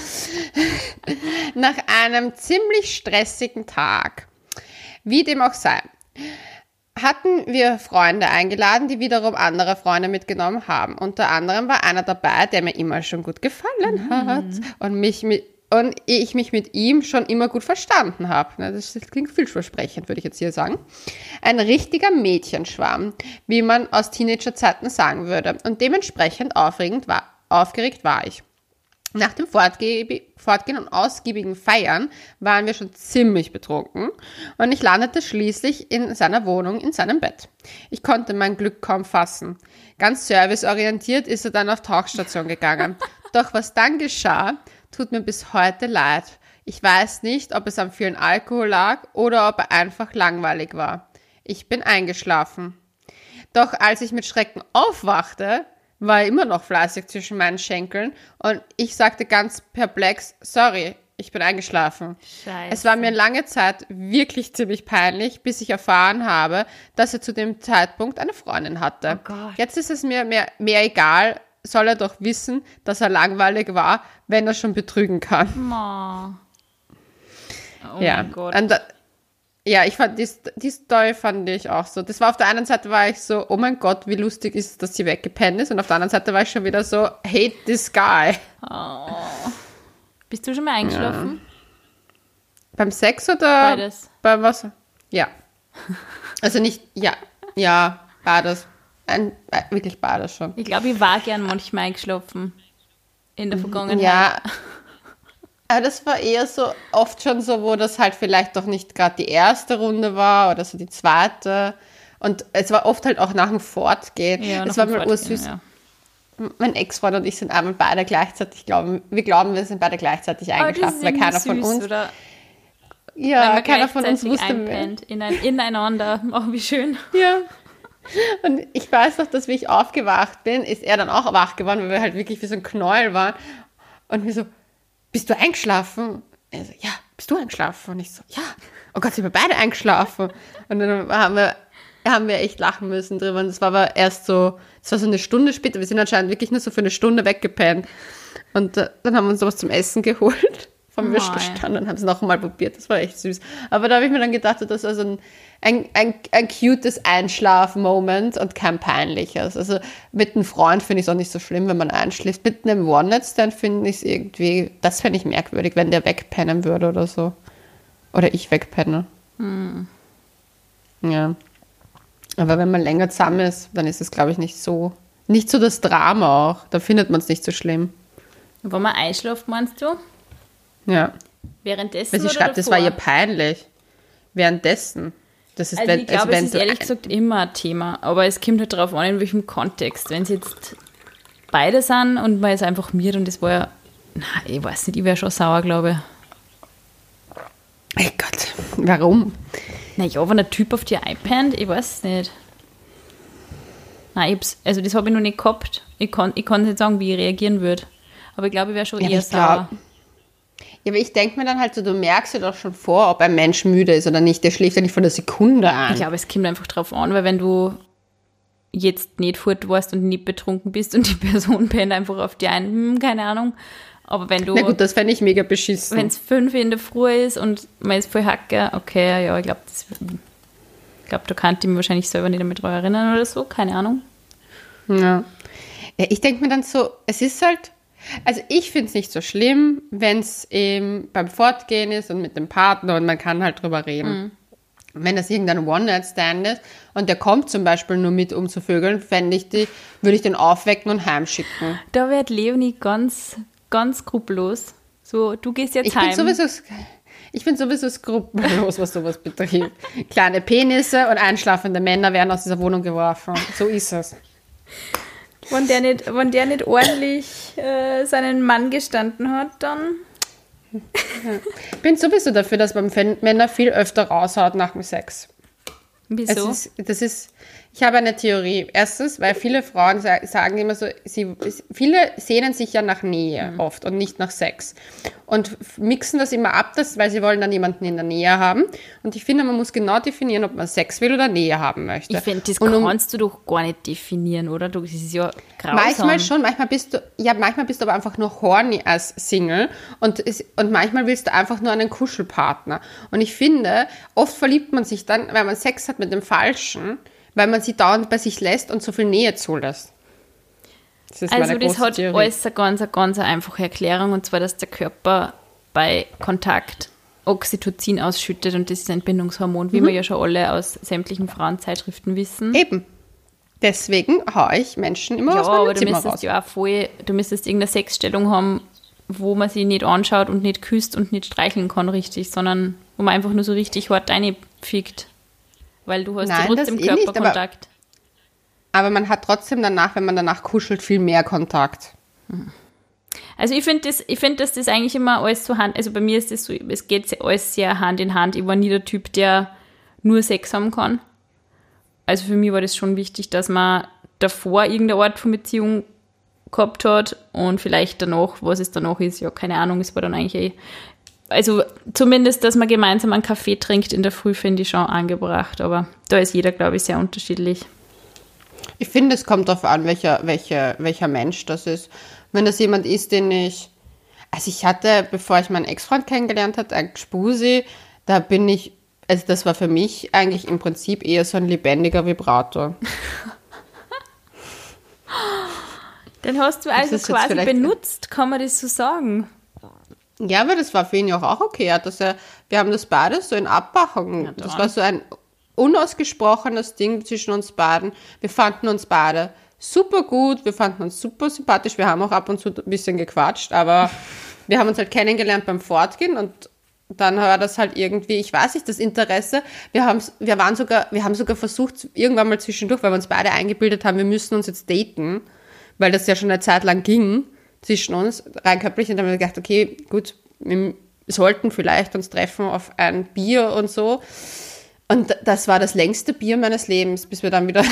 Nach einem ziemlich stressigen Tag, wie dem auch sei, hatten wir Freunde eingeladen, die wiederum andere Freunde mitgenommen haben. Unter anderem war einer dabei, der mir immer schon gut gefallen hat mhm. und mich mit Und ich mich mit ihm schon immer gut verstanden habe. Das klingt vielversprechend, würde ich jetzt hier sagen. Ein richtiger Mädchenschwarm, wie man aus Teenagerzeiten sagen würde. Und dementsprechend aufregend war, aufgeregt war ich. Nach dem Fortge- Fortgehen und ausgiebigen Feiern waren wir schon ziemlich betrunken und ich landete schließlich in seiner Wohnung, in seinem Bett. Ich konnte mein Glück kaum fassen. Ganz serviceorientiert ist er dann auf Tauchstation gegangen. Doch was dann geschah, tut mir bis heute leid. Ich weiß nicht, ob es am vielen Alkohol lag oder ob er einfach langweilig war. Ich bin eingeschlafen. Doch als ich mit Schrecken aufwachte, war er immer noch fleißig zwischen meinen Schenkeln und ich sagte ganz perplex, sorry, ich bin eingeschlafen.
Scheiße.
Es war mir lange Zeit wirklich ziemlich peinlich, bis ich erfahren habe, dass er zu dem Zeitpunkt eine Freundin hatte.
Oh Gott.
Jetzt ist es mir mehr, mehr egal, soll er doch wissen, dass er langweilig war, wenn er schon betrügen kann.
Oh, oh
ja.
mein Gott.
Und, ja, ich fand, die, die Story fand ich auch so. Das war auf der einen Seite war ich so, oh mein Gott, wie lustig ist es, dass sie weggepennt ist. Und auf der anderen Seite war ich schon wieder so, hate this guy.
Oh. Bist du schon mal eingeschlafen?
Ja. Beim Sex oder?
Beides.
Beim was? Ja. Also nicht, ja, ja, beides. Ein, wirklich beides schon.
Ich glaube, ich war gern manchmal eingeschlafen in der Vergangenheit.
Ja, Aber das war eher so, oft schon so, wo das halt vielleicht doch nicht gerade die erste Runde war oder so die zweite. Und es war oft halt auch nach dem Fortgehen.
Ja,
es war mal ursüß. Ja. Mein Ex-Freund und ich sind einmal beide gleichzeitig, glauben, wir glauben, wir sind beide gleichzeitig eingeschlafen, weil keiner süß, von uns... Oder? Ja, keiner von uns wusste mehr.
In ein, ineinander, oh, wie schön.
Ja. Und ich weiß noch, dass wie ich aufgewacht bin, ist er dann auch wach geworden, weil wir halt wirklich wie so ein Knäuel waren. Und wir so, bist du eingeschlafen? Er so, ja, bist du eingeschlafen? Und ich so, ja. Oh Gott, sind wir beide eingeschlafen? Und dann haben wir, haben wir echt lachen müssen drüber. Und das war aber erst so, es war so eine Stunde später. Wir sind anscheinend wirklich nur so für eine Stunde weggepennt. Und äh, dann haben wir uns was zum Essen geholt vom Würstelstand und haben es noch einmal probiert. Das war echt süß. Aber da habe ich mir dann gedacht, das war so ein, ein, ein, ein cutes Einschlaf-Moment und kein peinliches. Also mit einem Freund finde ich es auch nicht so schlimm, wenn man einschläft. Mit einem One-Night-Stand finde ich es irgendwie, das fände ich merkwürdig, wenn der wegpennen würde oder so. Oder ich wegpenne. Hm. Ja. Aber wenn man länger zusammen ist, dann ist es, glaube ich, nicht so, nicht so das Drama auch. Da findet man es nicht so schlimm.
Wenn man einschläft, meinst du?
Ja.
Währenddessen
Weil sie
oder
schreibt,
davor?
das war ihr peinlich. Währenddessen. Das ist,
also
wenn,
ich glaube,
also wenn
es ist ehrlich gesagt immer ein Thema. Aber es kommt halt darauf an, in welchem Kontext. Wenn sie jetzt beide sind und man ist einfach mir und das war ja, na, ich weiß nicht, ich wäre schon sauer, glaube
ich. Ey Gott, warum?
Naja, wenn ein Typ auf dir einpennt, ich weiß es nicht. Nein, ich also das habe ich noch nicht gehabt. Ich kann, ich kann nicht sagen, wie ich reagieren würde. Aber ich glaube, ich wäre schon
ja,
eher sauer.
Glaub, ja, aber ich denke mir dann halt so, du merkst ja doch schon vor, ob ein Mensch müde ist oder nicht. Der schläft ja nicht von der Sekunde an.
Ich glaube, es kommt einfach drauf an, weil wenn du jetzt nicht fort warst und nicht betrunken bist und die Person pennt einfach auf dir ein, hm, keine Ahnung. Aber wenn du...
Na gut, das fände ich mega beschissen.
Wenn es fünf in der Früh ist und man ist voll Hacke, okay, ja, ich glaube, ich glaube, da kann ich mich wahrscheinlich selber nicht damit dran erinnern oder so, keine Ahnung.
Ja, ja ich denke mir dann so, es ist halt... Also ich finde es nicht so schlimm, wenn es eben beim Fortgehen ist und mit dem Partner und man kann halt drüber reden. Mhm. Wenn das irgendein One-Night-Stand ist und der kommt zum Beispiel nur mit, um zu vögeln, fände ich die, würde ich den aufwecken und heimschicken.
Da wird Leonie ganz, ganz skrupellos. So, du gehst jetzt
ich
heim.
Bin sowieso, ich bin sowieso skrupellos, was sowas betrifft. Kleine Penisse und einschlafende Männer werden aus dieser Wohnung geworfen. So ist es.
Wenn der nicht, wenn der nicht ordentlich äh, seinen Mann gestanden hat, dann...
Ich bin sowieso dafür, dass man Männer viel öfter raushaut nach dem Sex.
Wieso?
Es ist, das ist, ich habe eine Theorie. Erstens, weil viele Frauen sagen immer so, sie, viele sehnen sich ja nach Nähe mhm. oft und nicht nach Sex. Und mixen das immer ab, das, weil sie wollen dann jemanden in der Nähe haben. Und ich finde, man muss genau definieren, ob man Sex will oder Nähe haben möchte.
Ich finde, das
und
kannst um, du doch gar nicht definieren, oder? Du, das ist ja grausam.
Manchmal schon, manchmal bist du, ja, manchmal bist du aber einfach nur horny als Single und, ist, und manchmal willst du einfach nur einen Kuschelpartner. Und ich finde, oft verliebt man sich dann, wenn man Sex hat mit dem Falschen, weil man sie dauernd bei sich lässt und so viel Nähe zulässt. Das ist
also
meine
das hat
Theorie.
alles eine ganz, eine ganz einfache Erklärung, und zwar, dass der Körper bei Kontakt Oxytocin ausschüttet und das ist ein Bindungshormon, wie mhm. wir ja schon alle aus sämtlichen Frauenzeitschriften wissen.
Eben. Deswegen haue ich Menschen immer
ja,
aus meinem
aber
Zimmer
du müsstest
raus.
ja auch voll, du müsstest irgendeine Sexstellung haben, wo man sie nicht anschaut und nicht küsst und nicht streicheln kann richtig, sondern wo man einfach nur so richtig hart reinfickt. Weil du hast
Nein,
ja trotzdem
das eh nicht,
Körperkontakt.
Aber, aber man hat trotzdem danach, wenn man danach kuschelt, viel mehr Kontakt.
Also ich finde, das, ich find, dass das eigentlich immer alles so Hand, also bei mir ist das so, es geht alles sehr Hand in Hand. Ich war nie der Typ, der nur Sex haben kann. Also für mich war das schon wichtig, dass man davor irgendeine Art von Beziehung gehabt hat und vielleicht danach, was es danach ist, ja, keine Ahnung, es war dann eigentlich eh, also zumindest, dass man gemeinsam einen Kaffee trinkt in der Früh, finde ich schon angebracht, aber da ist jeder, glaube ich, sehr unterschiedlich.
Ich finde, es kommt darauf an, welcher, welcher, welcher Mensch das ist. Wenn das jemand ist, den ich, also ich hatte, bevor ich meinen Ex-Freund kennengelernt habe, einen Gspusi, da bin ich, also das war für mich eigentlich im Prinzip eher so ein lebendiger Vibrator.
Den hast du also quasi benutzt, kann man das so sagen?
Ja, aber das war für ihn ja auch okay. Dass er, wir haben das beide so in Abmachung. Ja, das war so ein unausgesprochenes Ding zwischen uns beiden. Wir fanden uns beide super gut, wir fanden uns super sympathisch. Wir haben auch ab und zu ein bisschen gequatscht, aber wir haben uns halt kennengelernt beim Fortgehen und dann war das halt irgendwie, ich weiß nicht, das Interesse. Wir haben, wir waren sogar, wir haben sogar versucht, irgendwann mal zwischendurch, weil wir uns beide eingebildet haben, wir müssen uns jetzt daten, weil das ja schon eine Zeit lang ging zwischen uns, rein körperlich. Und dann haben wir gedacht, okay, gut, wir sollten vielleicht uns treffen auf ein Bier und so. Und das war das längste Bier meines Lebens, bis wir dann wieder...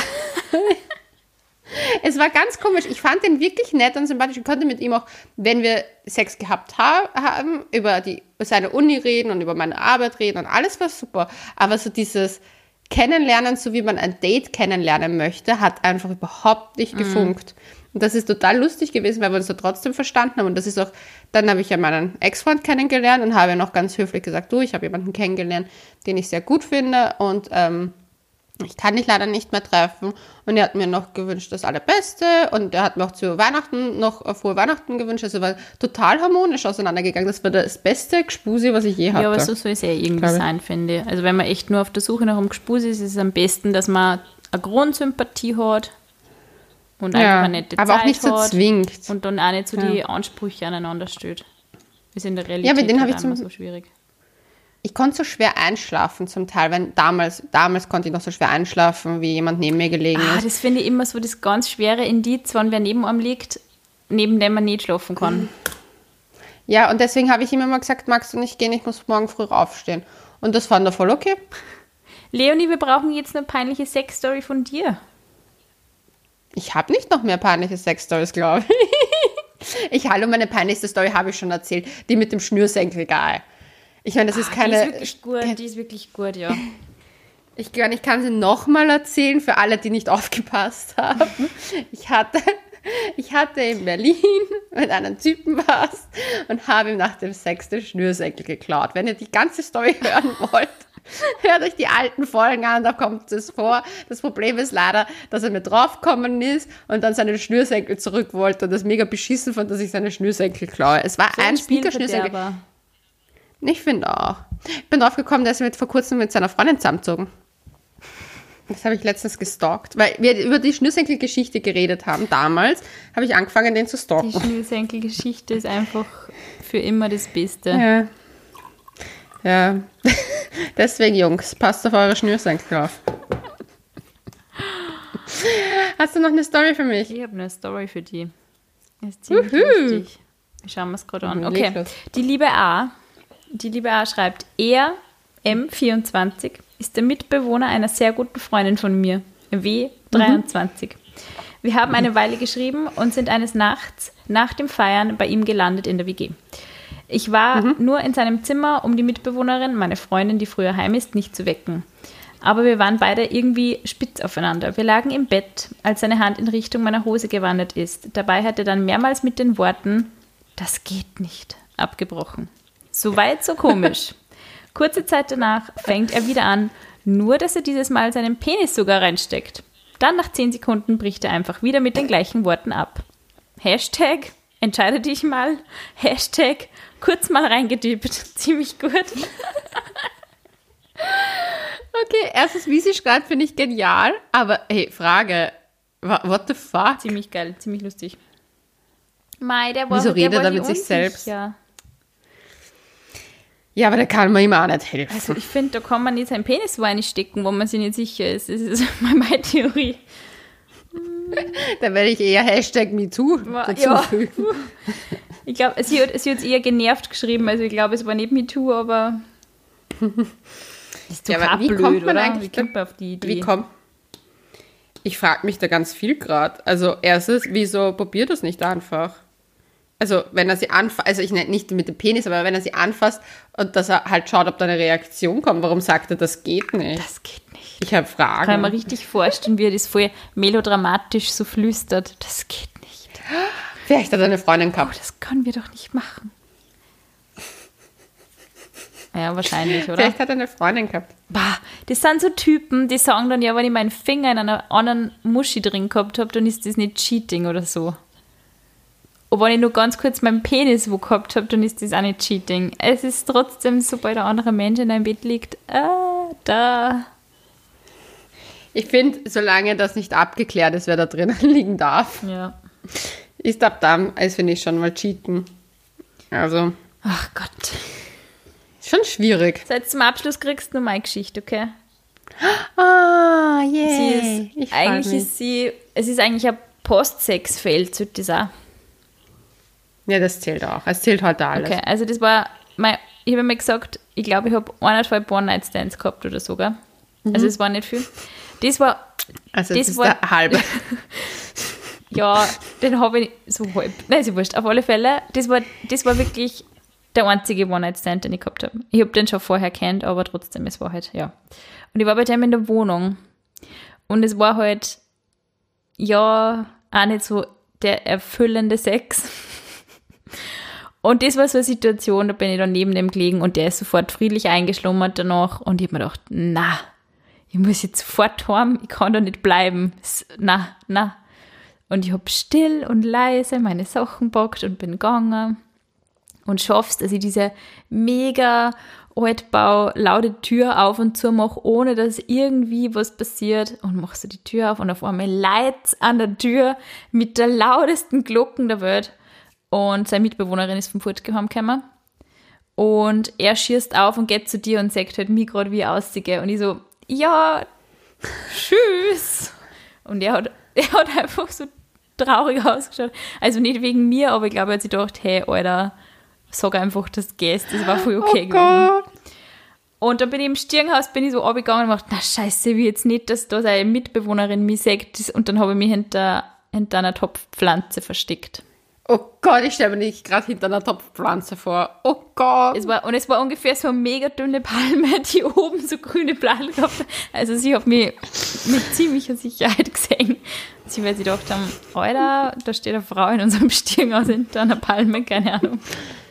Es war ganz komisch. Ich fand ihn wirklich nett und sympathisch. Ich konnte mit ihm auch, wenn wir Sex gehabt ha- haben, über, die, über seine Uni reden und über meine Arbeit reden und alles war super. Aber so dieses Kennenlernen, so wie man ein Date kennenlernen möchte, hat einfach überhaupt nicht mhm. gefunkt. Und das ist total lustig gewesen, weil wir uns da trotzdem verstanden haben. Und das ist auch, dann habe ich ja meinen Ex-Freund kennengelernt und habe noch ganz höflich gesagt, du, ich habe jemanden kennengelernt, den ich sehr gut finde und ähm, ich kann dich leider nicht mehr treffen. Und er hat mir noch gewünscht das Allerbeste und er hat mir auch zu Weihnachten noch frohe Weihnachten gewünscht. Also war total harmonisch auseinandergegangen. Das war das beste Gspusi, was ich je hatte.
Ja, aber so soll es ja irgendwie sein, finde ich. Also wenn man echt nur auf der Suche nach einem Gspusi ist, ist es am besten, dass man eine Grundsympathie hat und einfach
ja,
eine nette
aber
Zeit
auch nicht so
hat
zwingt.
Und dann auch nicht so
ja.
die Ansprüche aneinander stellt. Ist in der Realität
ja, mit denen
halt
habe ich zum
so schwierig.
Ich konnte so schwer einschlafen zum Teil, wenn damals, damals konnte ich noch so schwer einschlafen, wie jemand neben mir gelegen
ah,
ist.
Das finde ich immer so das ganz schwere Indiz, wenn wer neben einem liegt, neben dem man nicht schlafen kann.
Ja, und deswegen habe ich ihm immer gesagt, magst du nicht gehen, ich muss morgen früh aufstehen. Und das fand er voll okay.
Leonie, wir brauchen jetzt eine peinliche Sexstory von dir.
Ich habe nicht noch mehr peinliche Sexstories, glaube ich. Ich, hallo, meine peinlichste Story habe ich schon erzählt, die mit dem Schnürsenkelgeil. Ich meine, das ist
ah,
keine...
Die ist wirklich gut, die ist wirklich gut, ja.
Ich glaube, ich kann sie nochmal erzählen für alle, die nicht aufgepasst haben. Ich hatte, ich hatte in Berlin mit einem Typen was und habe ihm nach dem Sex den Schnürsenkel geklaut. Wenn ihr die ganze Story hören wollt, hört euch die alten Folgen an, da kommt es vor. Das Problem ist leider, dass er mir draufgekommen ist und dann seinen Schnürsenkel zurück wollte und das mega beschissen fand, dass ich seine Schnürsenkel klaue. Es war so ein Sneaker-Schnürsenkel. Ich finde auch. Ich bin drauf gekommen, dass er mit, vor kurzem mit seiner Freundin zusammengezogen. Das habe ich letztens gestalkt. Weil wir über die Schnürsenkel-Geschichte geredet haben damals, habe ich angefangen, den zu stalken.
Die Schnürsenkel-Geschichte ist einfach für immer das Beste.
Ja. Ja. Deswegen, Jungs, passt auf eure Schnürsenkel auf. Hast du noch eine Story für mich?
Ich habe eine Story für die. Das ist ziemlich
Uhu.
lustig. Schauen wir es gerade an. Okay, die liebe A, die liebe A schreibt, er, M vierundzwanzig, ist der Mitbewohner einer sehr guten Freundin von mir, W dreiundzwanzig. Mhm. Wir haben eine Weile geschrieben und sind eines Nachts nach dem Feiern bei ihm gelandet in der W G. Ich war mhm. nur in seinem Zimmer, um die Mitbewohnerin, meine Freundin, die früher heim ist, nicht zu wecken. Aber wir waren beide irgendwie spitz aufeinander. Wir lagen im Bett, als seine Hand in Richtung meiner Hose gewandert ist. Dabei hat er dann mehrmals mit den Worten, das geht nicht, abgebrochen. So weit, so komisch. Kurze Zeit danach fängt er wieder an, nur dass er dieses Mal seinen Penis sogar reinsteckt. Dann nach zehn Sekunden bricht er einfach wieder mit den gleichen Worten ab. Hashtag, entscheide dich mal. Hashtag, kurz mal reingedippt. Ziemlich gut.
Okay, erstens, wie sie schreibt, finde ich genial. Aber, hey, Frage, what the fuck?
Ziemlich geil, ziemlich lustig. Mei, der war,
Wieso
der
redet
war
er mit sich
unsicher.
selbst? Ja, aber da kann man ihm auch nicht helfen.
Also ich finde, da kann man nicht seinen Penis wo reinstecken, wo man sich nicht sicher ist. Das ist meine Theorie.
Da werde ich eher Hashtag MeToo dazu
ja.
fügen.
Ich glaube, sie hat es eher genervt geschrieben. Also ich glaube, es war nicht MeToo, aber ist doch
ja, aber wie
blöd,
kommt man
oder?
eigentlich
Wie kommt man auf die Idee?
Wie kommt Ich frage mich da ganz viel gerade. Also erstens, wieso probiert das nicht einfach? Also wenn er sie anfasst, also ich nenne nicht mit dem Penis, aber wenn er sie anfasst und dass er halt schaut, ob da eine Reaktion kommt, warum sagt er, das geht nicht?
Das geht nicht.
Ich habe Fragen.
Kann man richtig vorstellen, wie er das voll melodramatisch so flüstert. Das geht nicht.
Vielleicht hat er eine Freundin gehabt.
Oh, das können wir doch nicht machen. Ja, wahrscheinlich, oder?
Vielleicht hat er eine Freundin gehabt.
Bah, das sind so Typen, die sagen dann, ja, wenn ich meinen Finger in einer anderen Muschi drin gehabt habe, dann ist das nicht Cheating oder so. Und wenn ich nur ganz kurz meinen Penis wo gehabt habe, dann ist das auch nicht Cheating. Es ist trotzdem, sobald ein anderer Mensch in deinem Bett liegt, ah, da.
Ich finde, solange das nicht abgeklärt ist, wer da drinnen liegen darf,
Ja.
ist ab dann, als finde ich schon mal Cheaten. Also,
Ach Gott.
ist schon schwierig.
So, jetzt zum Abschluss kriegst du noch meine Geschichte, okay?
Ah,
Sie
yay.
ist,
Ich freu
eigentlich
mich.
ist sie, es ist eigentlich ein Post-Sex-Fail, sollte das auch.
Ja, das zählt auch. Es zählt heute alles.
Okay, also das war, mein, ich habe mir gesagt, ich glaube, ich habe eineinhalb One-Night-Stands gehabt oder sogar. Also es war nicht viel. Das war,
Also
das
das ist
war-
der halbe.
ja, den habe ich so halb, nein, ist ja wurscht. Auf alle Fälle, das war, das war wirklich der einzige One-Night-Stand, den ich gehabt habe. Ich habe den schon vorher kennt, aber trotzdem, es war halt, ja. Und ich war bei dem in der Wohnung. Und es war halt, ja, auch nicht so der erfüllende Sex. Und das war so eine Situation, da bin ich dann neben dem gelegen und der ist sofort friedlich eingeschlummert danach. Und ich habe mir gedacht, na, ich muss jetzt sofort heim, ich kann da nicht bleiben. S- Na, na. Und ich habe still und leise meine Sachen gepackt und bin gegangen. Und schaffst, dass ich diese mega Altbau laute Tür auf und zu mache, ohne dass irgendwie was passiert. Und machst du die Tür auf und auf einmal leidt's an der Tür mit der lautesten Glocken der Welt. Und seine Mitbewohnerin ist vom Furtgeheim gekommen. Und er schießt auf und geht zu dir und sagt halt mir gerade, wie ich aussehe. Und ich so, ja, tschüss. Und er hat, er hat einfach so traurig ausgeschaut. Also nicht wegen mir, aber ich glaube, er hat sich gedacht, hey, Alter, sag einfach, dass du gehst. Das war voll okay
Oh
gewesen.
Gott.
Und dann bin ich im Stirnhaus, bin ich so runtergegangen und dachte, na scheiße, wie jetzt nicht, dass da seine Mitbewohnerin mich sagt. Und dann habe ich mich hinter, hinter einer Topfpflanze versteckt.
Oh Gott, ich stelle mir nicht gerade hinter einer Topfpflanze vor. Oh Gott.
Es war, und es war ungefähr so eine mega dünne Palme, die oben so grüne Blätter gehabt hat. Also sie hat mich mit ziemlicher Sicherheit gesehen. Sie, weil sie gedacht haben, Alter, da steht eine Frau in unserem Stirnhaus hinter einer Palme, keine Ahnung.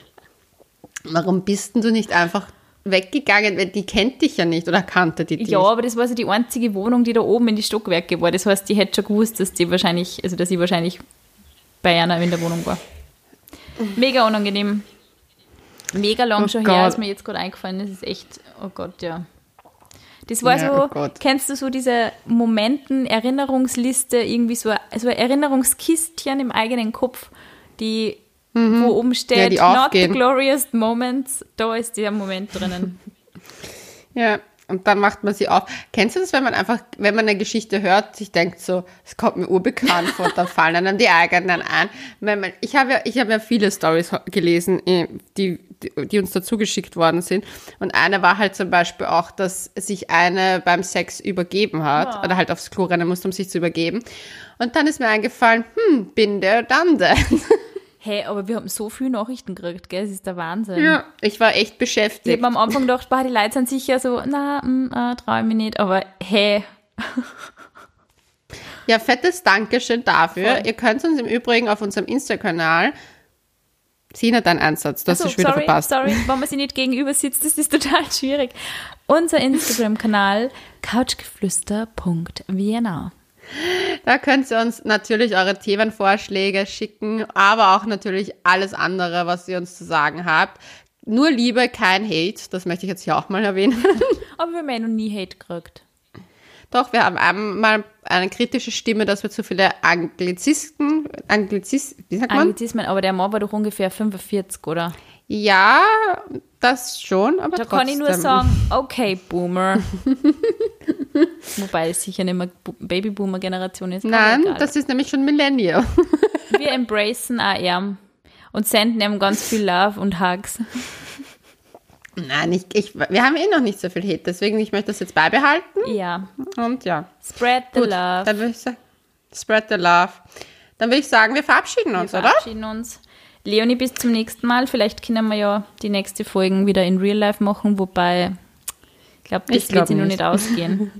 Warum bist denn du nicht einfach weggegangen? Weil die kennt dich ja nicht oder kannte die dich?
Ja, aber das war so die einzige Wohnung, die da oben in die Stockwerke war. Das heißt, die hätte schon gewusst, dass die wahrscheinlich, also dass ich wahrscheinlich bei einer in der Wohnung war. Mega unangenehm. Mega lang
Oh
schon
Gott.
her, ist mir jetzt gerade eingefallen. Das ist echt, oh Gott, ja. Das war
Ja,
so,
oh Gott.
kennst du so diese Momenten, Erinnerungsliste, irgendwie so, so ein Erinnerungskistchen im eigenen Kopf, die, wo oben steht,
Ja, die
not
aufgehen.
the glorious moments, da ist der Moment drinnen.
Ja, und dann macht man sie auf. Kennst du das, wenn man einfach, wenn man eine Geschichte hört, sich denkt so, es kommt mir urbekannt vor, dann fallen einem die eigenen ein. Wenn man, ich habe ja, ich habe ja viele Stories gelesen, eh, die, die, die uns dazu geschickt worden sind. Und eine war halt zum Beispiel auch, dass sich eine beim Sex übergeben hat
Ja.
oder halt aufs Klo rennen musste, um sich zu übergeben. Und dann ist mir eingefallen, hm, bin der, dann der.
Hey, aber wir haben so viele Nachrichten gekriegt, gell? Das ist der Wahnsinn.
Ja, ich war echt
Ich
beschäftigt.
habe am Anfang gedacht, boah, die Leute sind sicher so, na, mm, äh, traue ich mich nicht, aber hey,
Ja, fettes Dankeschön dafür.
Voll.
Ihr könnt uns im Übrigen auf unserem Insta-Kanal, Sina, dein Einsatz, das
Achso,
hast du wieder
sorry,
verpasst.
sorry, wenn man sich nicht gegenüber sitzt, das ist total schwierig. Unser Instagram-Kanal couchgeflüster punkt vienna.
Da könnt ihr uns natürlich eure Themenvorschläge schicken, aber auch natürlich alles andere, was ihr uns zu sagen habt. Nur Liebe, kein Hate, das möchte ich jetzt hier auch mal erwähnen.
Aber wir haben ja noch nie Hate gekriegt.
Doch, wir haben einmal eine kritische Stimme, dass wir zu viele Anglizisten, Anglizis, wie sagt man?
Anglizismen, aber der Mann war doch ungefähr fünfundvierzig, oder?
Ja, das schon, aber
Da
trotzdem.
kann ich nur sagen, okay, Boomer. Wobei es sicher nicht mehr Bu- Babyboomer-Generation ist. aber
Nein,
egal.
das ist nämlich schon Millennial.
Wir embracen auch ihn und senden ihm ganz viel Love und Hugs.
Nein, ich, ich, wir haben eh noch nicht so viel Hate, deswegen ich möchte das jetzt beibehalten.
Ja,
Und ja,
spread the
gut,
love.
dann würde ich sagen, spread the love. Dann würde ich sagen, wir verabschieden uns,
Wir
oder?
verabschieden uns. Leonie, bis zum nächsten Mal. Vielleicht können wir ja die nächste Folgen wieder in Real Life machen, wobei ich glaube, das
Ich glaub
wird sich noch
nicht.
nicht ausgehen.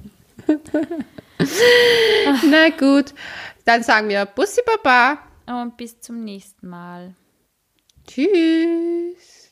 Na gut, dann sagen wir Bussi Baba.
Und bis zum nächsten Mal.
Tschüss.